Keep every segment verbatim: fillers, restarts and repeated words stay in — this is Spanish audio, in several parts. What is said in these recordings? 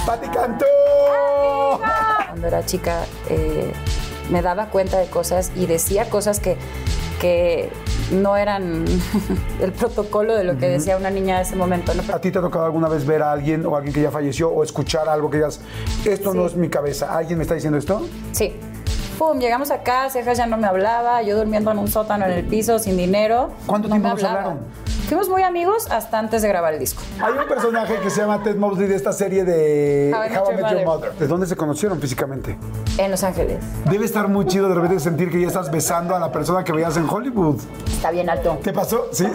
¡Pati Cantú! Cuando era chica eh, me daba cuenta de cosas y decía cosas que, que no eran el protocolo de lo que uh-huh. decía una niña de ese momento, ¿no? ¿A ti te ha tocado alguna vez ver a alguien o alguien que ya falleció o escuchar algo que digas, esto sí. no es mi cabeza? ¿Alguien me está diciendo esto? Sí. Pum, llegamos acá, Cejas ya no me hablaba, yo durmiendo en un sótano en el piso, sin dinero. ¿Cuánto no tiempo nos hablaron? Fuimos muy amigos hasta antes de grabar el disco. Hay un personaje que se llama Ted Mosby de esta serie de How I Met, How I Met Your Mother. ¿De dónde se conocieron físicamente? En Los Ángeles. Debe estar muy chido de repente sentir que ya estás besando a la persona que veías en Hollywood. Está bien alto. ¿Qué pasó? ¿Sí?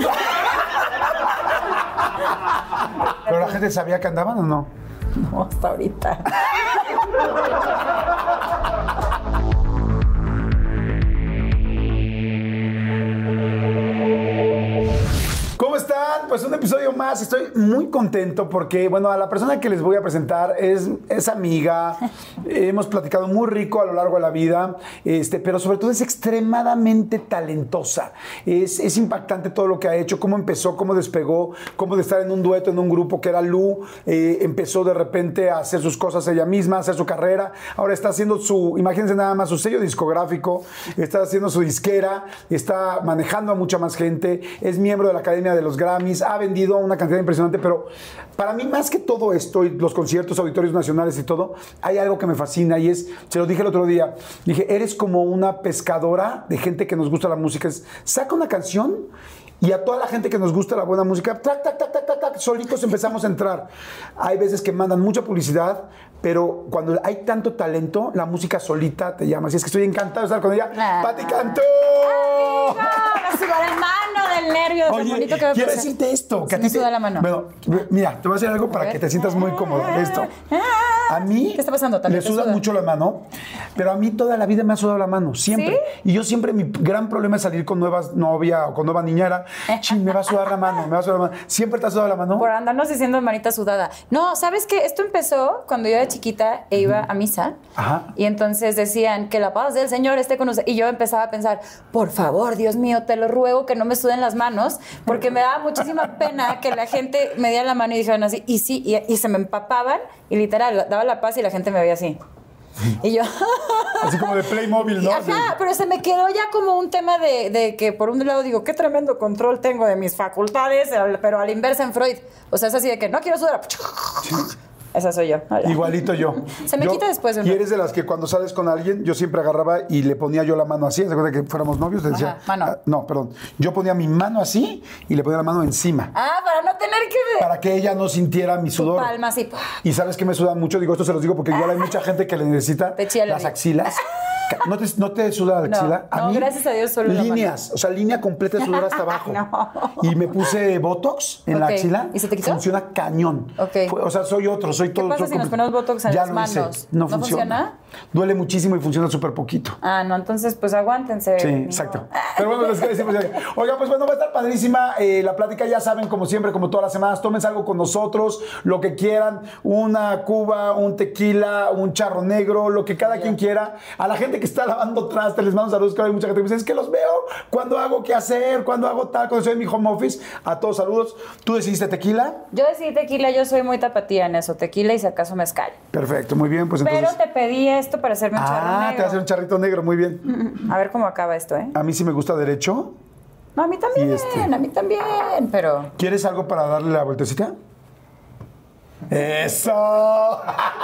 ¿Pero la gente sabía que andaban o no? No, hasta ahorita. ¿Cómo están? Pues un episodio más. Estoy muy contento porque, bueno, a la persona que les voy a presentar es, es amiga. Hemos platicado muy rico a lo largo de la vida, este, pero sobre todo es extremadamente talentosa. Es, es impactante todo lo que ha hecho, cómo empezó, cómo despegó, cómo de estar en un dueto, en un grupo que era Lu, eh, empezó de repente a hacer sus cosas ella misma, a hacer su carrera. Ahora está haciendo su, imagínense nada más, su sello discográfico, está haciendo su disquera, está manejando a mucha más gente, es miembro de la Academia de los Grammys, ha vendido una cantidad impresionante, pero para mí más que todo esto y los conciertos, auditorios nacionales y todo, hay algo que me fascina y es, se lo dije el otro día, dije, eres como una pescadora de gente que nos gusta la música, es, saca una canción y a toda la gente que nos gusta la buena música, tac, tac, tac, tac, tac, tac, solitos empezamos a entrar. Hay veces que mandan mucha publicidad, pero cuando hay tanto talento, la música solita te llama. Así es que estoy encantado de estar con ella. Ah. ¡Pati Cantú! Me suda la mano del nervio. Oye, bonito que me quiero puse. decirte esto. Que Se a ti me te, suda la mano. Bueno, mira, te voy a decir algo para que te sientas muy cómodo. Esto. A mí ¿Qué está pasando? me suda, suda mucho la mano, pero a mí toda la vida me ha sudado la mano, siempre. ¿Sí? Y yo siempre, mi gran problema es salir con nuevas novia o con nueva niñera. Chin, me va a sudar la mano, me va a sudar la mano. ¿Siempre te ha sudado la mano? Por andarnos diciendo manita sudada. No, ¿sabes qué? Esto empezó cuando yo era chiquita e iba a misa. Ajá. Y entonces decían que la paz del Señor esté con usted. Y yo empezaba a pensar, por favor, Dios mío, te lo ruego que no me suden las manos, porque me daba muchísima pena que la gente me diera la mano y dijeran así, y sí, y, y se me empapaban, y literal, daba la paz y la gente me veía así. Y yo... Así como de Playmobil, ¿no? Ajá, sí. Pero se me quedó ya como un tema de, de que por un lado digo, qué tremendo control tengo de mis facultades, pero a la inversa en Freud. O sea, es así de que no quiero sudar. Sí. Esa soy yo. Hola. Igualito yo. Se me yo, quita después de un Y eres de las que cuando sales con alguien, yo siempre agarraba y le ponía yo la mano así. ¿Se acuerda que fuéramos novios? Le decía, Ajá, mano. Ah, no, perdón. Yo ponía mi mano así y le ponía la mano encima. Ah, para no tener que ver. Para que ella no sintiera mi sudor. Tu palma así. Y sabes que me suda mucho. Digo, esto se los digo porque igual hay mucha gente que le necesita las axilas. ¿No te, ¿No te suda la axila? No, a no, mí, gracias a Dios solo líneas, la mano. O sea, línea completa de sudor hasta abajo. No. Y me puse Botox en okay. la axila. ¿Y se te quitó? Funciona cañón. Okay. Fue, o sea, soy otro, soy todo. ¿Qué pasa soy si nos ponemos Botox en ya las lo manos? Hice. No, ¿No funciona. funciona? Duele muchísimo y funciona súper poquito. Ah, no, entonces pues aguántense. Sí, mijo. exacto. Pero bueno, les decimos. Oiga, pues bueno, va a estar padrísima eh, la plática, ya saben, como siempre, como todas las semanas, tómense algo con nosotros, lo que quieran, una cuba, un tequila, un charro negro, lo que cada quien quiera. A la gente que está lavando trastes, les mando saludos, que hay mucha gente que me dice, es que los veo cuando hago qué hacer, cuando hago tal, cuando estoy en mi home office. A todos saludos. ¿Tú decidiste tequila? Yo decidí tequila, yo soy muy tapatía en eso, tequila y si acaso mezcal. Perfecto, muy bien, pues Pero entonces... te pedí esto para hacerme un ah, charro negro. Ah, te vas a hacer un charrito negro, muy bien. A ver cómo acaba esto, ¿eh? A mí sí me gusta derecho. No, a mí también, este... a mí también, pero... ¿Quieres algo para darle la vueltecita? ¡Eso!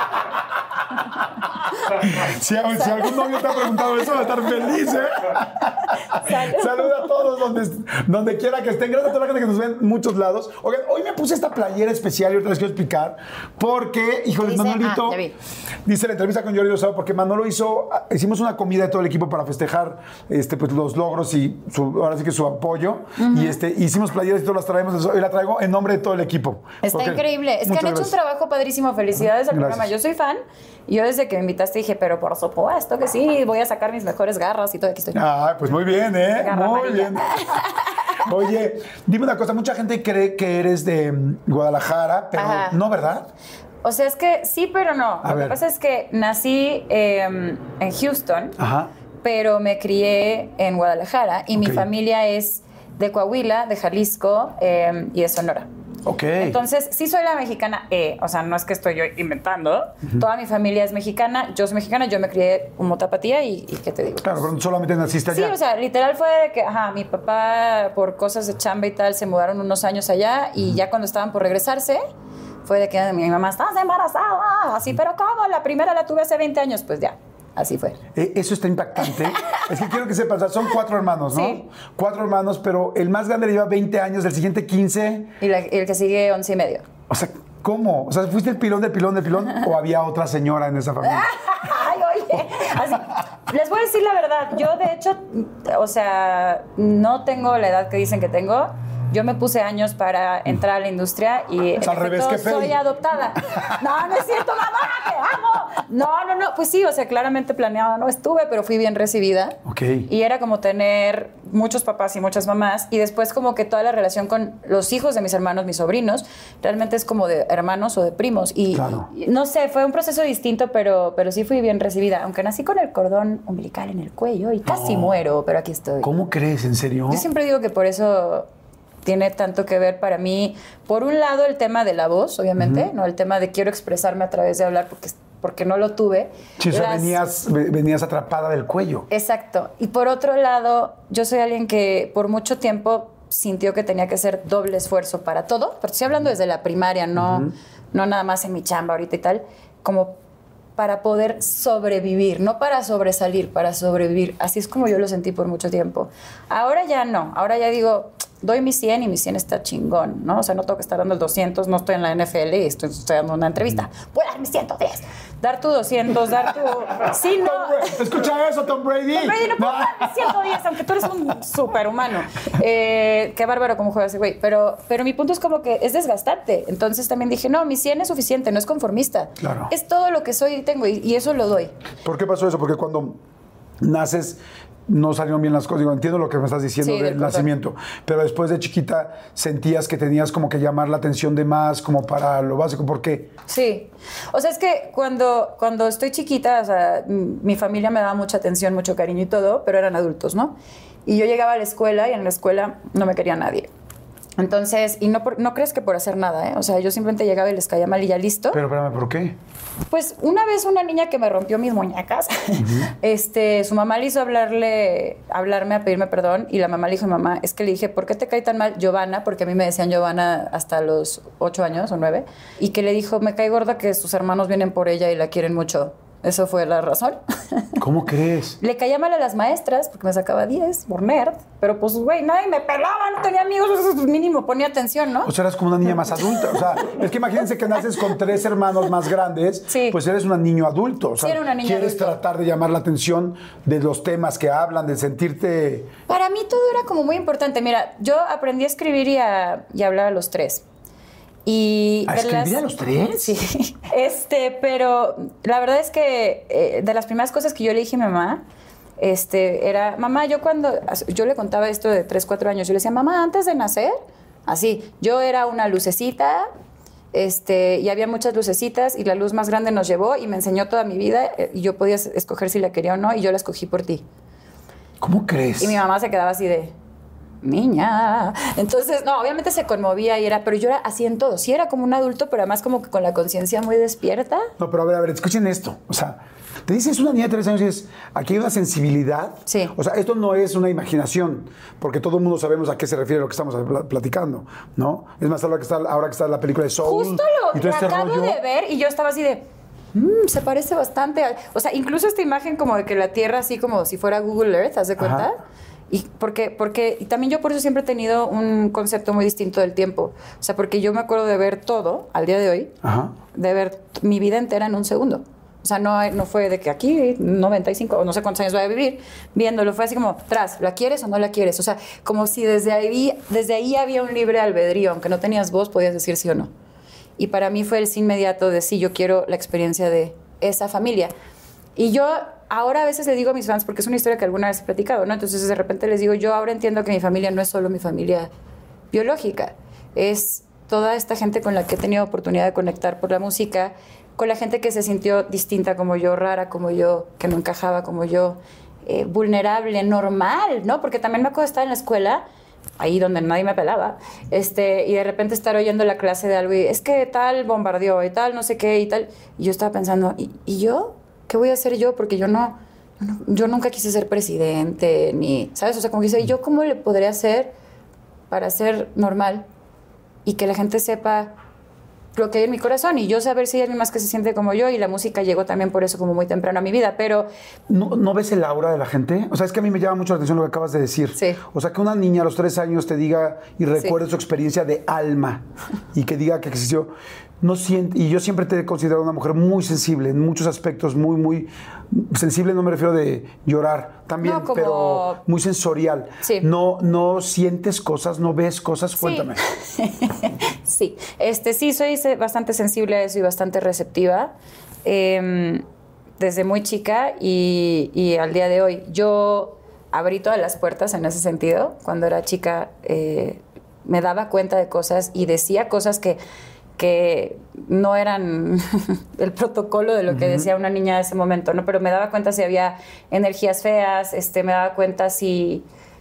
si, si algún novio te ha preguntado eso, va a estar feliz, ¿eh? Salud. Salud a todos donde, donde quiera que estén. Gracias a toda la gente que nos ve en muchos lados. Oigan, hoy me puse esta playera especial y ahorita les quiero explicar porque, híjole, dice? Manolito, ah, dice la entrevista con Jordi Rosado, porque Manolo hizo, hicimos una comida de todo el equipo para festejar este, pues, los logros y su, ahora sí que su apoyo. Uh-huh. Y este, hicimos playeras y todas las traemos. Hoy la traigo en nombre de todo el equipo. Está porque, increíble. Es que han gracias. hecho un trabajo padrísimo. Felicidades al gracias. programa. Yo soy fan. Y yo desde que me invitaste dije, pero por supuesto que sí, voy a sacar mis mejores garras y todo. Aquí estoy. Ah, pues muy bien, ¿eh? Garra muy amarilla. bien. Oye, dime una cosa. Mucha gente cree que eres de Guadalajara, pero Ajá. no, ¿verdad? O sea, es que sí, pero no. A Lo ver. que pasa es que nací eh, en Houston, Ajá. pero me crié en Guadalajara y okay. mi familia es de Coahuila, de Jalisco eh, y de Sonora. Ok. Entonces, sí soy la mexicana, eh, o sea, no es que estoy yo inventando. Uh-huh. Toda mi familia es mexicana, yo soy mexicana, yo me crié como tapatía y, y ¿qué te digo? Claro, pero solamente naciste allá. Sí, o sea, literal fue de que, ajá, mi papá por cosas de chamba y tal se mudaron unos años allá y uh-huh. ya cuando estaban por regresarse, fue de que mi mamá, estás embarazada, así, pero ¿cómo? La primera la tuve hace veinte años, pues ya. Así fue. Eh, eso está impactante. Es que quiero que sepas, o sea, son cuatro hermanos, ¿no? Sí. Cuatro hermanos, pero el más grande le lleva veinte años, el siguiente quince. Y, la, y el que sigue once y medio. O sea, ¿cómo? O sea, ¿fuiste el pilón del pilón del pilón o había otra señora en esa familia? Ay, oye, así, les voy a decir la verdad. Yo, de hecho, o sea, no tengo la edad que dicen que tengo. Yo me puse años para entrar a la industria y es al revés que soy adoptada. No, no es cierto, mamá, te amo. No, no, no, pues sí, o sea, claramente planeada no estuve, pero fui bien recibida. Ok. Y era como tener muchos papás y muchas mamás y después como que toda la relación con los hijos de mis hermanos, mis sobrinos, realmente es como de hermanos o de primos. Y, claro. y no sé, fue un proceso distinto, pero, pero sí fui bien recibida, aunque nací con el cordón umbilical en el cuello y casi no. muero, pero aquí estoy. ¿Cómo crees? ¿En serio? Yo siempre digo que por eso tiene tanto que ver para mí, por un lado, el tema de la voz, obviamente, uh-huh. ¿no? El tema de quiero expresarme a través de hablar porque, porque no lo tuve. Sí, o sea, Las... venías, venías atrapada del cuello. Exacto. Y por otro lado, yo soy alguien que por mucho tiempo sintió que tenía que hacer doble esfuerzo para todo, pero estoy hablando desde la primaria, no, uh-huh. no nada más en mi chamba ahorita y tal, como para poder sobrevivir, no para sobresalir, para sobrevivir. Así es como yo lo sentí por mucho tiempo. Ahora ya no, ahora ya digo, doy mi cien y mi cien está chingón, ¿no? O sea, no tengo que estar dando el doscientos, no estoy en la N F L y estoy, estoy dando una entrevista. Voy a dar mi ciento diez. Dar tu doscientos, dar tu... Sí, no. Escucha eso, Tom Brady. Tom Brady no puedo dar mi ciento diez, aunque tú eres un superhumano. Eh, qué bárbaro cómo juega ese güey. Pero, pero mi punto es como que es desgastante. Entonces también dije, no, mi cien es suficiente, no es conformista. Claro. Es todo lo que soy y tengo y, y eso lo doy. ¿Por qué pasó eso? Porque cuando naces no salieron bien las cosas. Digo, entiendo lo que me estás diciendo sí, del, del nacimiento, pero después de chiquita sentías que tenías como que llamar la atención de más, como para lo básico. ¿Por qué? Sí. O sea, es que cuando, cuando estoy chiquita, o sea, mi familia me daba mucha atención, mucho cariño y todo, pero eran adultos, ¿no? Y yo llegaba a la escuela y en la escuela no me quería nadie. Entonces, y no, por, no crees que por hacer nada, ¿eh? O sea, yo simplemente llegaba y les caía mal y ya listo. Pero espérame, ¿por qué? Pues una vez una niña que me rompió mis muñecas, uh-huh. este, su mamá le hizo hablarle, hablarme a pedirme perdón y la mamá le dijo, mamá, es que le dije, ¿por qué te cae tan mal Giovanna? Porque a mí me decían Giovanna hasta los ocho años o nueve. Y que le dijo, me cae gorda que sus hermanos vienen por ella y la quieren mucho. Eso fue la razón. ¿Cómo crees? Le caía mal a las maestras porque me sacaba diez por nerd, pero pues, güey, nadie me pelaba, no tenía amigos, mínimo ponía atención, ¿no? O sea, eras como una niña más adulta. O sea, es que imagínense que naces con tres hermanos más grandes, sí. pues eres un niño adulto. O sea, sí, era una niña quieres adulto. tratar de llamar la atención de los temas que hablan, de sentirte... Para mí todo era como muy importante. Mira, yo aprendí a escribir y a, y a hablar a los tres. Y ¿A escribir las... a los tres? Sí. Este, pero la verdad es que eh, de las primeras cosas que yo le dije a mi mamá, este, era, mamá, yo cuando, yo le contaba esto de tres, cuatro años, yo le decía, mamá, antes de nacer, así, yo era una lucecita, este, y había muchas lucecitas, y la luz más grande nos llevó y me enseñó toda mi vida, y yo podía escoger si la quería o no, y yo la escogí por ti. ¿Cómo crees? Y mi mamá se quedaba así de... niña. Entonces, no, obviamente se conmovía y era, pero yo era así en todo. Sí era como un adulto, pero además como que con la conciencia muy despierta. No, pero a ver, a ver, escuchen esto. O sea, te dices una niña de tres años y dices, aquí hay una sensibilidad. Sí. O sea, esto no es una imaginación, porque todo el mundo sabemos a qué se refiere lo que estamos platicando, ¿no? Es más, ahora que está, ahora que está la película de Soul. Justo lo, y todo lo este acabo rollo, de ver y yo estaba así de... Mmm, se parece bastante. A... O sea, incluso esta imagen como de que la Tierra así como si fuera Google Earth, ¿haz de cuenta? Ajá. Y porque, porque y también yo por eso siempre he tenido un concepto muy distinto del tiempo. O sea, porque yo me acuerdo de ver todo, al día de hoy, Ajá. de ver mi vida entera en un segundo. O sea, no, no fue de que aquí, noventa y cinco, o no sé cuántos años voy a vivir, viéndolo. Fue así como, tras, ¿la quieres o no la quieres? O sea, como si desde ahí, desde ahí había un libre albedrío. Aunque no tenías voz, podías decir sí o no. Y para mí fue el sí inmediato de sí, yo quiero la experiencia de esa familia. Y yo... ahora a veces le digo a mis fans, porque es una historia que alguna vez he platicado, ¿no? Entonces de repente les digo, yo ahora entiendo que mi familia no es solo mi familia biológica, es toda esta gente con la que he tenido oportunidad de conectar por la música, con la gente que se sintió distinta como yo, rara como yo, que no encajaba como yo, eh, vulnerable, normal, ¿no? Porque también me acuerdo de estar en la escuela ahí donde nadie me pelaba, este, y de repente estar oyendo la clase de algo y es que tal bombardeó y tal, no sé qué y tal. Y yo estaba pensando, ¿y, y yo? ¿Qué voy a hacer yo? Porque yo no, no, yo nunca quise ser presidente, ni, ¿sabes? O sea, como que dice, ¿y yo cómo le podría hacer para ser normal y que la gente sepa lo que hay en mi corazón y yo saber si hay alguien más que se siente como yo? Y la música llegó también por eso como muy temprano a mi vida, pero... ¿No, ¿No ves el aura de la gente? O sea, es que a mí me llama mucho la atención lo que acabas de decir. Sí. O sea, que una niña a los tres años te diga y recuerde sí. su experiencia de alma y que diga que existió... No siente, y yo siempre te he considerado una mujer muy sensible, en muchos aspectos, muy, muy sensible, no me refiero de llorar también, no, como... pero muy sensorial. Sí. No, no sientes cosas, no ves cosas, cuéntame. Sí, sí. Este, sí, soy bastante sensible a eso y bastante receptiva. Eh, desde muy chica y, y al día de hoy. Yo abrí todas las puertas en ese sentido. Cuando era chica eh, me daba cuenta de cosas y decía cosas que que no eran el protocolo de lo que uh-huh. decía una niña de ese momento, ¿no? Pero me daba cuenta si había energías feas, este, me daba cuenta si...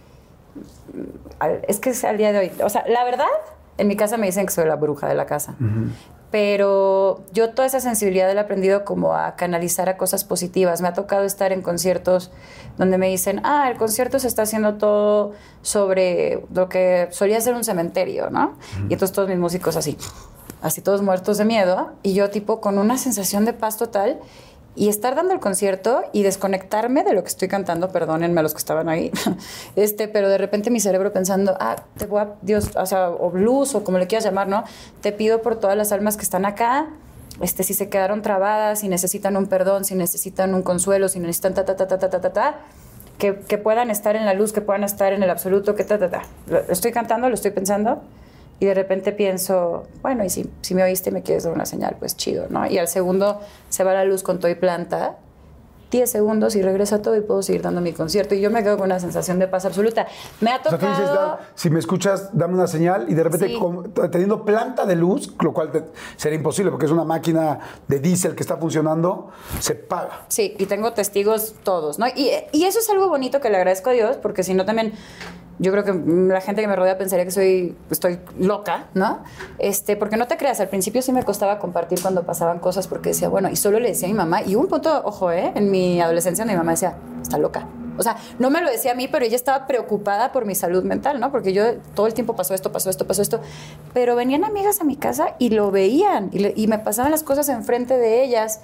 Es que es al día de hoy... O sea, la verdad, en mi casa me dicen que soy la bruja de la casa. Uh-huh. Pero yo toda esa sensibilidad la he aprendido como a canalizar a cosas positivas. Me ha tocado estar en conciertos donde me dicen, ah, el concierto se está haciendo todo sobre lo que solía ser un cementerio, ¿no? Uh-huh. Y entonces todos mis músicos así... así todos muertos de miedo, y yo tipo con una sensación de paz total, y estar dando el concierto y desconectarme de lo que estoy cantando, perdónenme a los que estaban ahí, este, pero de repente mi cerebro pensando, ah, te voy a, Dios, o sea, o blues, o como le quieras llamar, ¿no? Te pido por todas las almas que están acá, este, si se quedaron trabadas, si necesitan un perdón, si necesitan un consuelo, si necesitan ta, ta, ta, ta, ta, ta, ta, ta, que, que puedan estar en la luz, que puedan estar en el absoluto, que ta, ta, ta. Lo estoy cantando, lo estoy pensando, y de repente pienso, bueno, y si, si me oíste y me quieres dar una señal, pues chido, ¿no? Y al segundo se va la luz con todo y planta, diez segundos y regresa todo y puedo seguir dando mi concierto. Y yo me quedo con una sensación de paz absoluta. Me ha tocado... O sea, tú dices, da, si me escuchas, dame una señal y de repente sí. con, teniendo planta de luz, lo cual te, sería imposible porque es una máquina de diésel que está funcionando, se paga. Sí, y tengo testigos todos, ¿no? Y, y eso es algo bonito que le agradezco a Dios, porque si no también... Yo creo que la gente que me rodea pensaría que soy, estoy loca, ¿no? Este, porque no te creas, al principio sí me costaba compartir cuando pasaban cosas porque decía, bueno, y solo le decía a mi mamá, y hubo un punto, ojo, ¿eh? En mi adolescencia mi mamá decía, está loca. O sea, no me lo decía a mí, pero ella estaba preocupada por mi salud mental, ¿no? Porque yo todo el tiempo pasó esto, pasó esto, pasó esto. Pero venían amigas a mi casa y lo veían, y, le, y me pasaban las cosas enfrente de ellas.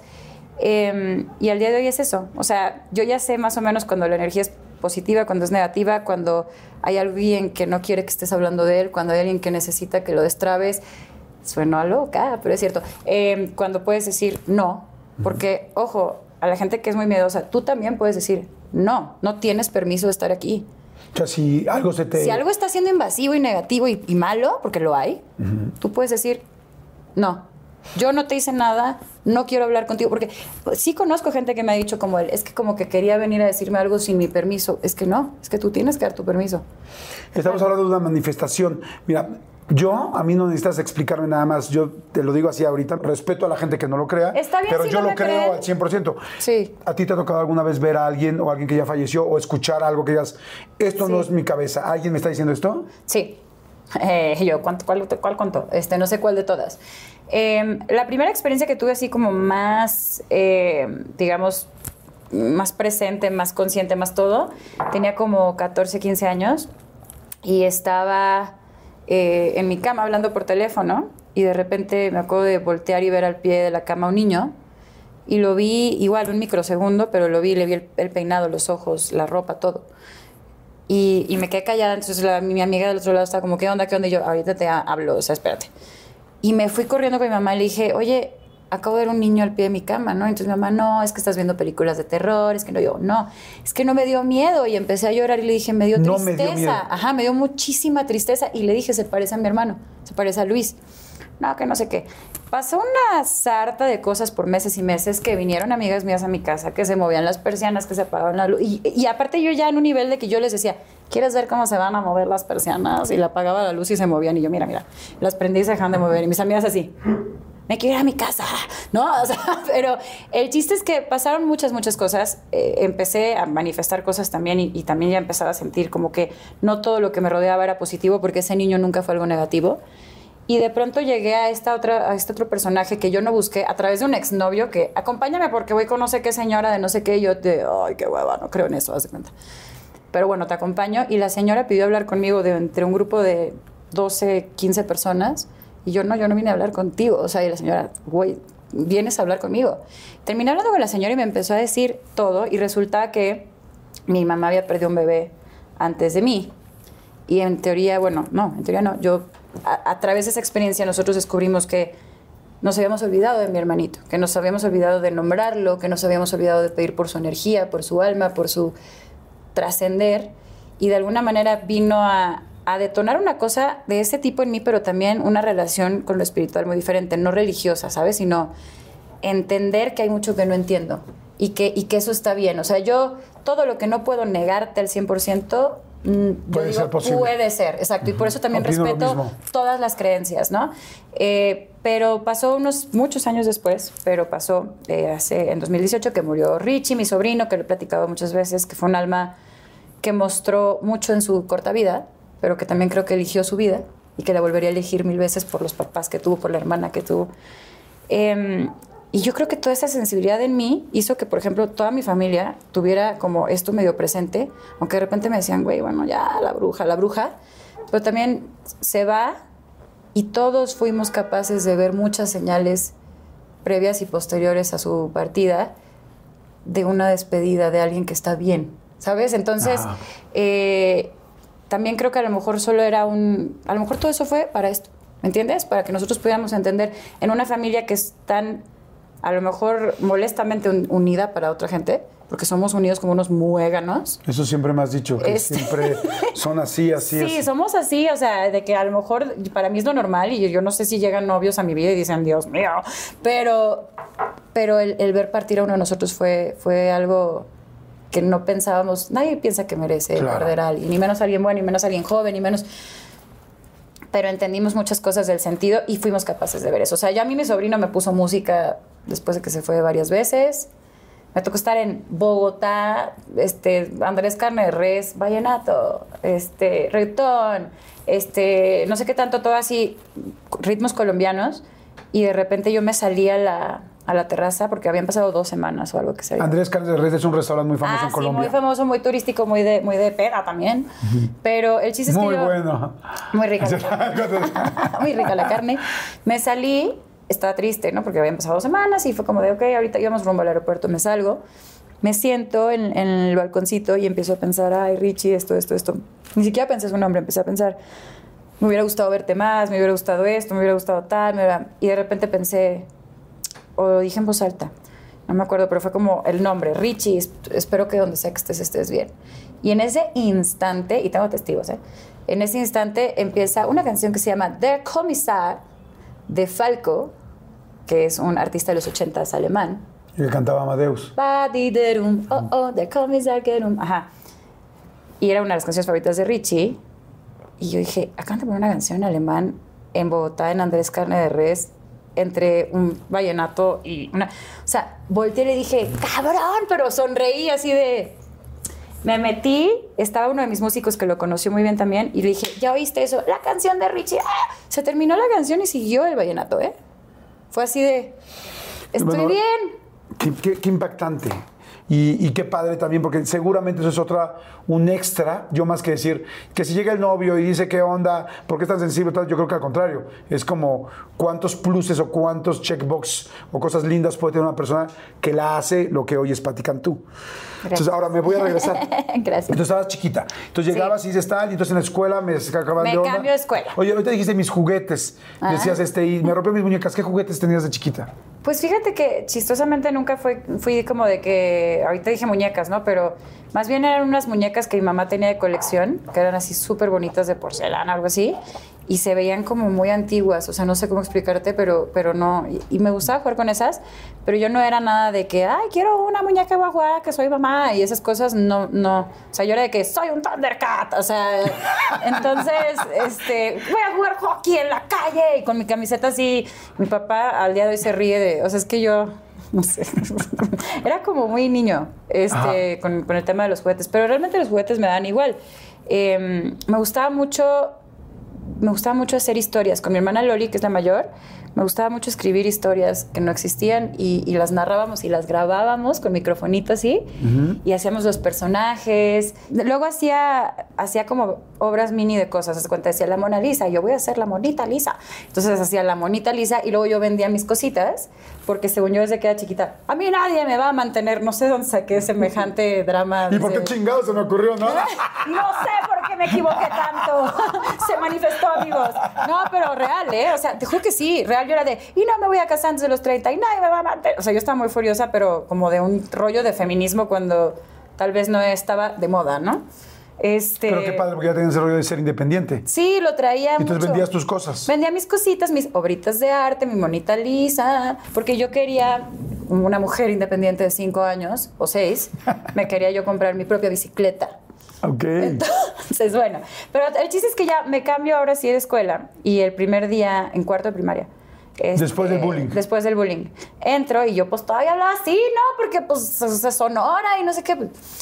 Eh, y al día de hoy es eso. O sea, yo ya sé más o menos cuando la energía es positiva, cuando es negativa, cuando hay alguien que no quiere que estés hablando de él, cuando hay alguien que necesita que lo destrabes. Sueno a loca, pero es cierto. Eh, cuando puedes decir no, porque, ojo, a la gente que es muy miedosa, tú también puedes decir no, no tienes permiso de estar aquí. O sea, si algo se te... Si algo está siendo invasivo y negativo y, y malo, porque lo hay, uh-huh. tú puedes decir no. Yo no te hice nada, no quiero hablar contigo, porque pues, sí conozco gente que me ha dicho como él, es que como que quería venir a decirme algo sin mi permiso. Es que no, es que tú tienes que dar tu permiso. Estamos hablando de una manifestación. Mira, yo, a mí no necesitas explicarme nada más, yo te lo digo así ahorita, respeto a la gente que no lo crea, Está bien, pero si yo no lo me creo creen. al cien por ciento. Sí. ¿A ti te ha tocado alguna vez ver a alguien o a alguien que ya falleció o escuchar algo que digas, esto sí. no es mi cabeza? ¿Alguien me está diciendo esto? Sí. Eh, yo, ¿cuál, cuál, cuál contó? Este, no sé cuál de todas. Eh, la primera experiencia que tuve así como más, eh, digamos, más presente, más consciente, más todo, tenía como catorce, quince años y estaba eh, en mi cama hablando por teléfono y de repente me acuerdo de voltear y ver al pie de la cama a un niño y lo vi igual un microsegundo, pero lo vi, le vi el, el peinado, los ojos, la ropa, todo. Y, y me quedé callada, entonces la, mi amiga del otro lado estaba como, ¿qué onda, qué onda? Y yo, ahorita te hablo, o sea, espérate. Y me fui corriendo con mi mamá y le dije, oye, acabo de ver un niño al pie de mi cama, ¿no? Entonces mi mamá, no, es que estás viendo películas de terror, es que no, yo, no, es que no me dio miedo. Y empecé a llorar y le dije, me dio no tristeza. Me dio miedo. Ajá, me dio muchísima tristeza. Y le dije, se parece a mi hermano, se parece a Luis. No, que no sé qué. Pasó una sarta de cosas por meses y meses que vinieron amigas mías a mi casa, que se movían las persianas, que se apagaban la luz. Y, y aparte yo ya en un nivel de que yo les decía, ¿quieres ver cómo se van a mover las persianas? Y le apagaba la luz y se movían. Y yo, mira, mira, las prendí y se dejaban de mover. Y mis amigas así. me quiero ir a mi casa, ¿no? O sea, pero el chiste es que pasaron muchas, muchas cosas. Eh, empecé a manifestar cosas también y, y también ya empezaba a sentir como que no todo lo que me rodeaba era positivo porque ese niño nunca fue algo negativo. Y de pronto llegué a, esta otra, a este otro personaje que yo no busqué a través de un exnovio que, acompáñame porque voy con no sé qué señora de no sé qué, y yo de, ay, qué hueva, no creo en eso, haz de cuenta. Pero bueno, te acompaño. Y la señora pidió hablar conmigo de entre un grupo de doce, quince personas. Y yo, no, yo no vine a hablar contigo. O sea, y la señora, güey, vienes a hablar conmigo. Terminé hablando con la señora y me empezó a decir todo. Y resulta que mi mamá había perdido un bebé antes de mí. Y en teoría, bueno, no, en teoría no. Yo, a, a través de esa experiencia, nosotros descubrimos que nos habíamos olvidado de mi hermanito. Que nos habíamos olvidado de nombrarlo. Que nos habíamos olvidado de pedir por su energía, por su alma, por su trascender. Y de alguna manera vino a... a detonar una cosa de ese tipo en mí, pero también una relación con lo espiritual muy diferente, no religiosa, ¿sabes? Sino entender que hay mucho que no entiendo y que, y que eso está bien. O sea, yo todo lo que no puedo negarte al cien por ciento, mmm, puede digo, ser posible. Puede ser, exacto. Uh-huh. Y por eso también Opino respeto todas las creencias, ¿no? Eh, pero pasó unos muchos años después, pero pasó eh, hace, en dos mil dieciocho que murió Richie, mi sobrino, que lo he platicado muchas veces, que fue un alma que mostró mucho en su corta vida, pero que también creo que eligió su vida y que la volvería a elegir mil veces por los papás que tuvo, por la hermana que tuvo. Eh, y yo creo que toda esa sensibilidad en mí hizo que, por ejemplo, toda mi familia tuviera como esto medio presente, aunque de repente me decían, güey, bueno, ya, la bruja, la bruja, pero también se va y todos fuimos capaces de ver muchas señales previas y posteriores a su partida de una despedida de alguien que está bien, ¿sabes? Entonces, eh, también creo que a lo mejor solo era un... A lo mejor todo eso fue para esto, ¿me entiendes? Para que nosotros pudiéramos entender en una familia que es tan, a lo mejor, molestamente un, unida para otra gente, porque somos unidos como unos muéganos. Eso siempre me has dicho, que Este... siempre son así, así. Sí, es. somos así, o sea, de que a lo mejor para mí es lo normal y yo no sé si llegan novios a mi vida y dicen, Dios mío, pero, pero el, el ver partir a uno de nosotros fue, fue algo... que no pensábamos, nadie piensa que merece claro. perder a alguien, ni menos a alguien bueno, ni menos a alguien joven, ni menos... Pero entendimos muchas cosas del sentido y fuimos capaces de ver eso. O sea, ya a mí mi sobrino me puso música después de que se fue varias veces. Me tocó estar en Bogotá, este, Andrés Carne de Res, vallenato, este, reggaetón, este, no sé qué tanto, todo así, ritmos colombianos. Y de repente yo me salí a la... a la terraza, porque habían pasado dos semanas o algo que se había. Andrés Carne de Res es un restaurante muy famoso ah, en Colombia. Sí, muy famoso, muy turístico, muy de, muy de peda también. Uh-huh. Pero el chiste es muy que yo... Muy bueno. Muy rica la carne. Muy rica la carne. Me salí, estaba triste, ¿no? Porque habían pasado dos semanas y fue como de, ok, ahorita íbamos rumbo al aeropuerto, me salgo, me siento en, en el balconcito y empiezo a pensar, ay, Richie, esto, esto, esto. Ni siquiera pensé su nombre, empecé a pensar, me hubiera gustado verte más, me hubiera gustado esto, me hubiera gustado tal, me hubiera... y de repente pensé... o lo dije en voz alta, no me acuerdo, pero fue como el nombre, Richie, espero que donde sea que estés, estés bien. Y en ese instante, y tengo testigos, ¿eh? En ese instante empieza una canción que se llama Der Kommissar, de Falco, que es un artista de los ochentas alemán. Y que cantaba Amadeus. Badiderum, oh, oh, Der Kommissar gerum. Ajá. Y era una de las canciones favoritas de Richie. Y yo dije, acaban de poner una canción en alemán en Bogotá, en Andrés Carne de Res, entre un vallenato y una... O sea, volteé y le dije, ¡cabrón! Pero sonreí así de... Me metí, estaba uno de mis músicos que lo conoció muy bien también, y le dije, ¿ya oíste eso? La canción de Richie. ¡Ah! Se terminó la canción y siguió el vallenato, ¿eh? Fue así de... Estoy bueno, bien. Qué, qué, qué impactante. Y, y qué padre también, porque seguramente eso es otra, un extra, yo más que decir, que si llega el novio y dice qué onda, por qué es tan sensible, yo creo que al contrario, es como cuántos pluses o cuántos checkbox o cosas lindas puede tener una persona que la hace lo que hoy es Pati Cantú. Gracias. Entonces ahora me voy a regresar. Gracias. Entonces estabas chiquita, entonces llegabas sí. y dices tal, y entonces en la escuela me acababan de onda. Me cambio de escuela. Oye, ahorita dijiste mis juguetes, ah. decías este, y me rompió mis muñecas, ¿qué juguetes tenías de chiquita? Pues fíjate que chistosamente nunca fue, fui como de que, ahorita dije muñecas, ¿no? Pero más bien eran unas muñecas que mi mamá tenía de colección, que eran así súper bonitas de porcelana, algo así. y se veían como muy antiguas, o sea, no sé cómo explicarte, pero, pero no, y, y me gustaba jugar con esas, pero yo no era nada de que, ay, quiero una muñeca voy a jugar, que soy mamá, y esas cosas, no, no, o sea, yo era de que soy un Thundercat, o sea, entonces, este, voy a jugar hockey en la calle, y con mi camiseta así, mi papá al día de hoy se ríe de, o sea, es que yo... No sé, era como muy niño este, con, con el tema de los juguetes, pero realmente los juguetes me dan igual. Eh, me gustaba mucho, me gustaba mucho hacer historias. Con mi hermana Loli, que es la mayor, me gustaba mucho escribir historias que no existían y, y las narrábamos y las grabábamos con microfonito así, uh-huh. y hacíamos los personajes. Luego hacía, hacía como obras mini de cosas. Haz cuenta, decía la Mona Lisa, yo voy a hacer la monita Lisa. Entonces hacía la monita Lisa y luego yo vendía mis cositas, porque según yo desde que era chiquita, a mí nadie me va a mantener. No sé dónde saqué semejante drama. ¿Y por qué chingado se me ocurrió, no? No sé por qué me equivoqué tanto. Se manifestó, amigos. No, pero real, ¿eh? O sea, te juro que sí, real. Yo era de, y no me voy a casar antes de los treinta y nadie me va a mantener. O sea, yo estaba muy furiosa, pero como de un rollo de feminismo cuando tal vez no estaba de moda, ¿no? Este... Pero qué padre, porque ya tenías ese rollo de ser independiente. Sí, lo traía y entonces mucho. vendías tus cosas. Vendía mis cositas, mis obritas de arte, mi monita Lisa, porque yo quería, como una mujer independiente de cinco años o seis, me quería yo comprar mi propia bicicleta. Ok. Entonces, bueno, pero el chiste es que ya me cambio ahora sí de escuela y el primer día en cuarto de primaria. Este, después del bullying. Después del bullying. Entro y yo pues todavía hablaba así, ¿no? Porque pues es Sonora y no sé qué.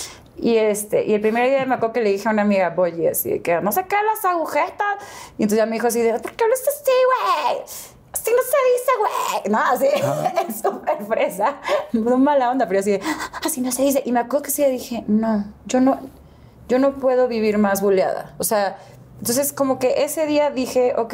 Y, este, y el primer día me acuerdo que le dije a una amiga, Boyi, así de que no sé qué, las agujetas. Y entonces ya me dijo así de, ¿por qué hablas así, güey? Así no se dice, güey. No, así, es súper fresa. No mala onda, pero así de, así no se dice. Y me acuerdo que sí dije, no, yo no, yo no puedo vivir más buleada. O sea, entonces como que ese día dije, ok,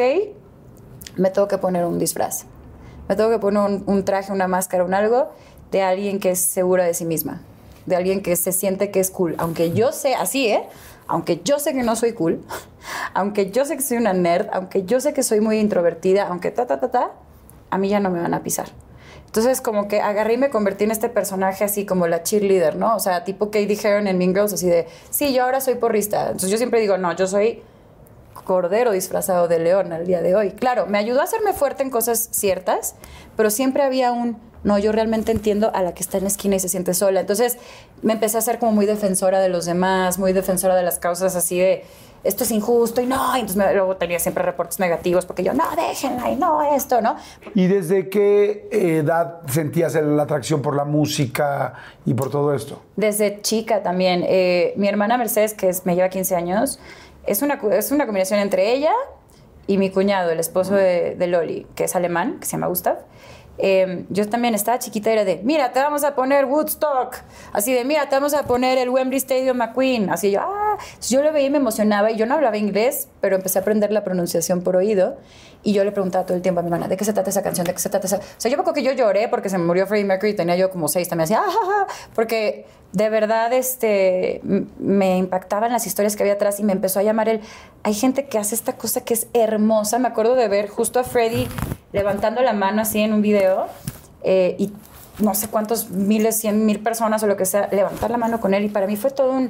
me tengo que poner un disfraz. Me tengo que poner un, un traje, una máscara, un algo de alguien que es segura de sí misma. De alguien que se siente que es cool. Aunque yo sé, así, ¿eh? Aunque yo sé que no soy cool, aunque yo sé que soy una nerd, aunque yo sé que soy muy introvertida, aunque ta, ta, ta, ta, a mí ya no me van a pisar. Entonces, como que agarré y me convertí en este personaje así como la cheerleader, ¿no? O sea, tipo Katie Heron en Mean Girls, así de, sí, yo ahora soy porrista. Entonces, yo siempre digo, no, yo soy cordero disfrazado de león al día de hoy. Claro, me ayudó a hacerme fuerte en cosas ciertas, pero siempre había un... No, yo realmente entiendo a la que está en la esquina y se siente sola. Entonces me empecé a ser como muy defensora de los demás, muy defensora de las causas así de esto es injusto y no. Y entonces me, luego tenía siempre reportes negativos porque yo, no, déjenla y no esto, ¿no? ¿Y desde qué edad sentías la atracción por la música y por todo esto? Desde chica también. Eh, mi hermana Mercedes, que es, me lleva quince años, es una, es una combinación entre ella y mi cuñado, el esposo de, de Loli, que es alemán, que se llama Gustav. Eh, yo también estaba chiquita y era de, mira, te vamos a poner Woodstock, así de, mira, te vamos a poner el Wembley Stadium McQueen, así yo, ah, yo lo veía y me emocionaba y yo no hablaba inglés, pero empecé a aprender la pronunciación por oído y yo le preguntaba todo el tiempo a mi hermana, ¿de qué se trata esa canción? ¿De qué se trata esa? O sea, yo me acuerdo que yo lloré porque se me murió Freddie Mercury y tenía yo como seis, también hacía, ah, ah, ah, porque de verdad este, me impactaban las historias que había atrás y me empezó a llamar el, hay gente que hace esta cosa que es hermosa, me acuerdo de ver justo a Freddie levantando la mano así en un video eh, y no sé cuántos miles, cien mil personas o lo que sea, levantar la mano con él y para mí fue todo un,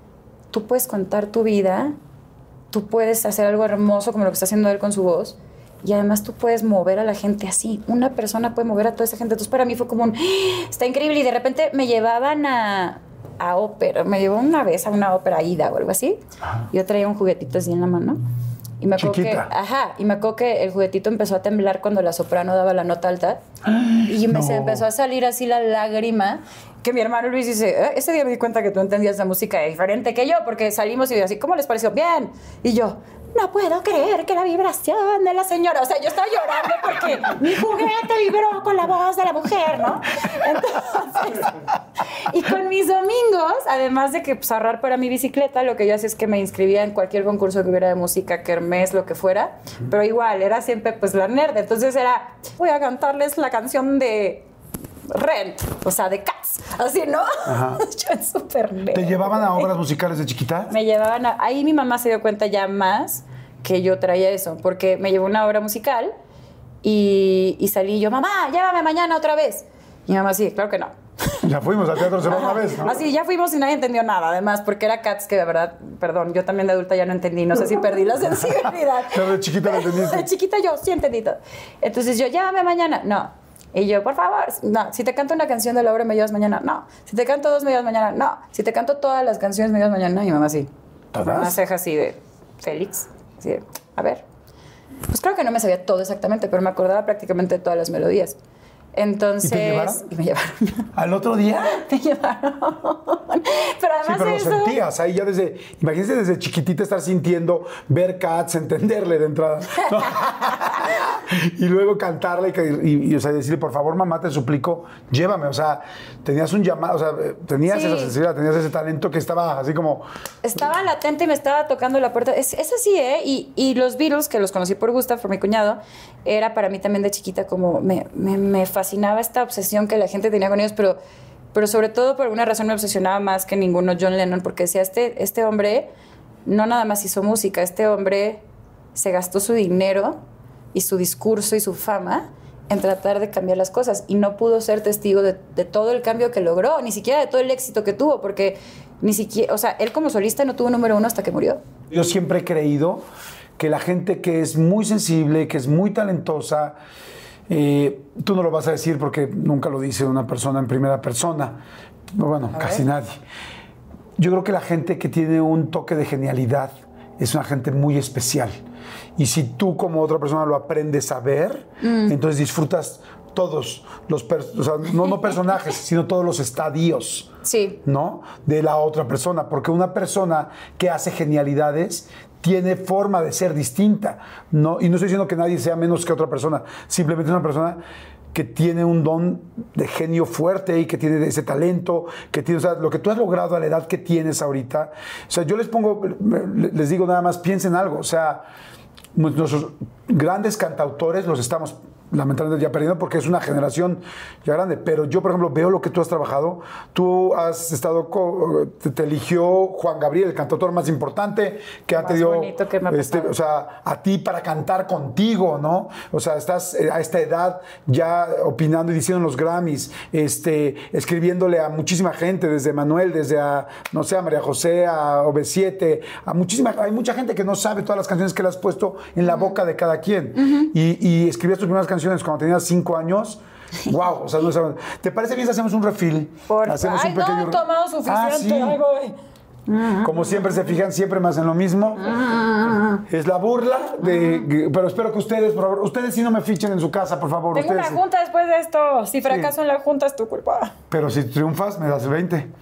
tú puedes contar tu vida, tú puedes hacer algo hermoso como lo que está haciendo él con su voz y además tú puedes mover a la gente así, una persona puede mover a toda esa gente, entonces para mí fue como un, está increíble y de repente me llevaban a, a ópera, me llevó una vez a una ópera Ida o algo así, ajá. Yo traía un juguetito así en la mano. Y me acuerdo que, ajá, y me acuerdo que el juguetito empezó a temblar cuando la soprano daba la nota alta. Y me no. se empezó a salir así la lágrima. Que mi hermano Luis dice, eh, ese día me di cuenta que tú entendías la música diferente que yo, porque salimos y así, ¿cómo les pareció? Bien. Y yo, no puedo creer que la vibración de la señora, o sea, yo estaba llorando porque mi juguete vibró con la voz de la mujer, ¿no? Entonces, y con mis domingos, además de que pues, ahorrar para mi bicicleta, lo que yo hacía es que me inscribía en cualquier concurso que hubiera de música, kermés, lo que fuera, pero igual, era siempre pues la nerd, entonces era, voy a cantarles la canción de Rent, o sea, de Cats, así, ¿no? Yo es súper nerd. ¿Te llevaban a obras musicales de chiquita? Me llevaban a... Ahí mi mamá se dio cuenta ya más que yo traía eso, porque me llevó una obra musical y, y salí yo, mamá, llévame mañana otra vez. Y mi mamá, sí, claro que no. Ya fuimos al teatro solo una vez, ¿no? Así, ya fuimos y nadie entendió nada, además, porque era Cats que de verdad, perdón, yo también de adulta ya no entendí, no sé si perdí la sensibilidad. Pero de chiquita lo entendiste. De chiquita yo sí entendí todo. Entonces yo, llámame mañana. No. Y yo, por favor, no. Si te canto una canción de la obra, ¿me llevas mañana? No. Si te canto dos, ¿me llevas mañana? No. Si te canto todas las canciones, ¿me llevas mañana? Y mi mamá así. ¿Todas? Una ceja así de, Félix. Así de, a ver. Pues claro que no me sabía todo exactamente, pero me acordaba prácticamente de todas las melodías. Entonces... ¿Y te llevaron? Y me llevaron. ¿Al otro día? Me llevaron. Pero además Sí, pero de lo eso... sentías ahí ya desde... Imagínense desde chiquitita estar sintiendo, ver Cats, entenderle de entrada. ¿No? Y luego cantarle y, y, y, o sea, decirle, por favor, mamá, te suplico, llévame. O sea, tenías un llamado, o sea, tenías Sí. esa sensibilidad, tenías ese talento que estaba así como... Estaba latente y me estaba tocando la puerta. Es, es así, ¿eh? Y, y los Beatles, que los conocí por Gustav, por mi cuñado, era para mí también de chiquita como... Me, me, me fascinaba esta obsesión que la gente tenía con ellos, pero, pero sobre todo por alguna razón me obsesionaba más que ninguno John Lennon, porque decía, este, este hombre no nada más hizo música, este hombre se gastó su dinero y su discurso y su fama en tratar de cambiar las cosas y no pudo ser testigo de, de todo el cambio que logró, ni siquiera de todo el éxito que tuvo, porque ni siquiera, o sea, él como solista no tuvo número uno hasta que murió. Yo siempre he creído que la gente que es muy sensible, que es muy talentosa, eh, tú no lo vas a decir porque nunca lo dice una persona en primera persona, bueno, A casi ver. nadie. Yo creo que la gente que tiene un toque de genialidad es una gente muy especial. Y si tú como otra persona lo aprendes a ver, mm. entonces disfrutas todos los, o sea, no, no personajes, sino todos los estadios, sí. ¿no? De la otra persona. Porque una persona que hace genialidades tiene forma de ser distinta, ¿no? Y no estoy diciendo que nadie sea menos que otra persona, simplemente es una persona que tiene un don de genio fuerte y que tiene ese talento, que tiene, o sea, lo que tú has logrado a la edad que tienes ahorita. O sea, yo les pongo, les digo nada más, piensen algo, o sea, nuestros grandes cantautores los estamos lamentablemente ya perdiendo porque es una generación ya grande, pero yo por ejemplo veo lo que tú has trabajado, tú has estado, te, te eligió Juan Gabriel, el cantautor más importante que ha tenido, bonito que me ha este, o sea, a ti para cantar contigo, ¿no? O sea, estás a esta edad ya opinando y diciendo en los Grammys, este, escribiéndole a muchísima gente, desde Manuel, desde a, no sé, a María José, a O V siete, a muchísima, hay mucha gente que no sabe todas las canciones que le has puesto en la boca de cada quien. Uh-huh. y, y escribías tus primeras canciones cuando tenías cinco años. Wow, o sea, no saben. ¿Te parece bien si hacemos un refill? Por hacemos Ay, un pequeño... no he tomado suficiente. Ah, sí. Ahí voy. Como siempre se fijan siempre más en lo mismo. Es la burla de, pero espero que ustedes, por favor, ustedes sí no me fichen en su casa, por favor. Tengo ustedes, una junta después de esto. Si fracaso sí. en la junta es tu culpa. Pero si triunfas, me das veinte.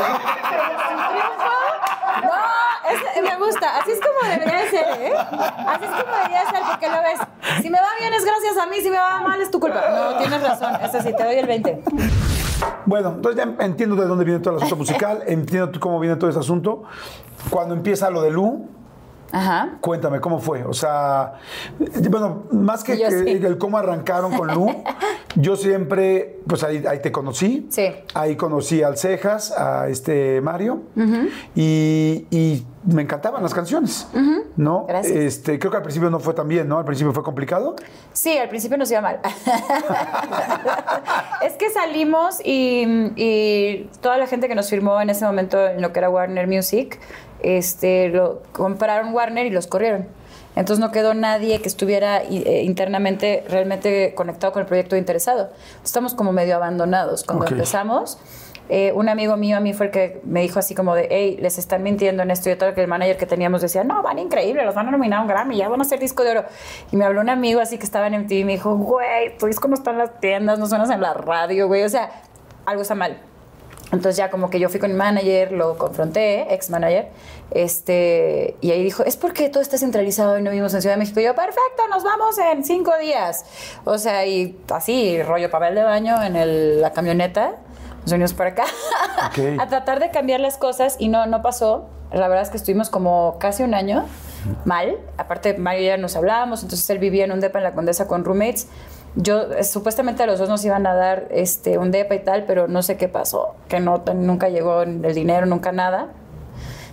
No, es, me gusta. Así es como debería de ser, ¿eh? Así es como debería de ser, porque lo ves. Si me va bien es gracias a mí, si me va mal es tu culpa. No, tienes razón. Eso sí, te doy el veinte. Bueno, entonces ya entiendo de dónde viene todo el asunto musical, entiendo cómo viene todo ese asunto. Cuando empieza lo de Lu, ajá. Cuéntame, ¿cómo fue? O sea, bueno, más que, que sí. el cómo arrancaron con Lu, yo siempre, pues ahí, ahí te conocí. Sí. Ahí conocí al Cejas, a este Mario, uh-huh. y, y me encantaban las canciones, uh-huh. ¿no? Gracias. Este, creo que al principio no fue tan bien, ¿no? Al principio fue complicado. Sí, al principio nos iba mal. Es que salimos y, y toda la gente que nos firmó en ese momento en lo que era Warner Music, este, lo compraron Warner y los corrieron. Entonces no quedó nadie que estuviera eh, internamente realmente conectado con el proyecto interesado. Estamos como medio abandonados. Cuando okay. empezamos, eh, un amigo mío a mí fue el que me dijo así como de, hey, les están mintiendo en esto. Y todo que el manager que teníamos decía, no, van increíble, los van a nominar a un Grammy, ya van a hacer disco de oro. Y me habló un amigo así que estaba en M T V y me dijo, güey, tu disco no está en las tiendas, no suenas en la radio, güey. O sea, algo está mal. Entonces ya como que yo fui con mi manager, lo confronté, ex manager, este, y ahí dijo, es porque todo está centralizado y no vivimos en Ciudad de México. Y yo, perfecto, nos vamos en cinco días. O sea, y así, rollo papel de baño en el, la camioneta, nos venimos para acá, okay. a tratar de cambiar las cosas y no, no pasó. La verdad es que estuvimos como casi un año mal. Aparte, Mario y yo nos hablábamos, entonces él vivía en un depa en la Condesa con roommates. Yo, eh, supuestamente a los dos nos iban a dar este, un depa y tal, pero no sé qué pasó, que no, nunca llegó el dinero, nunca nada.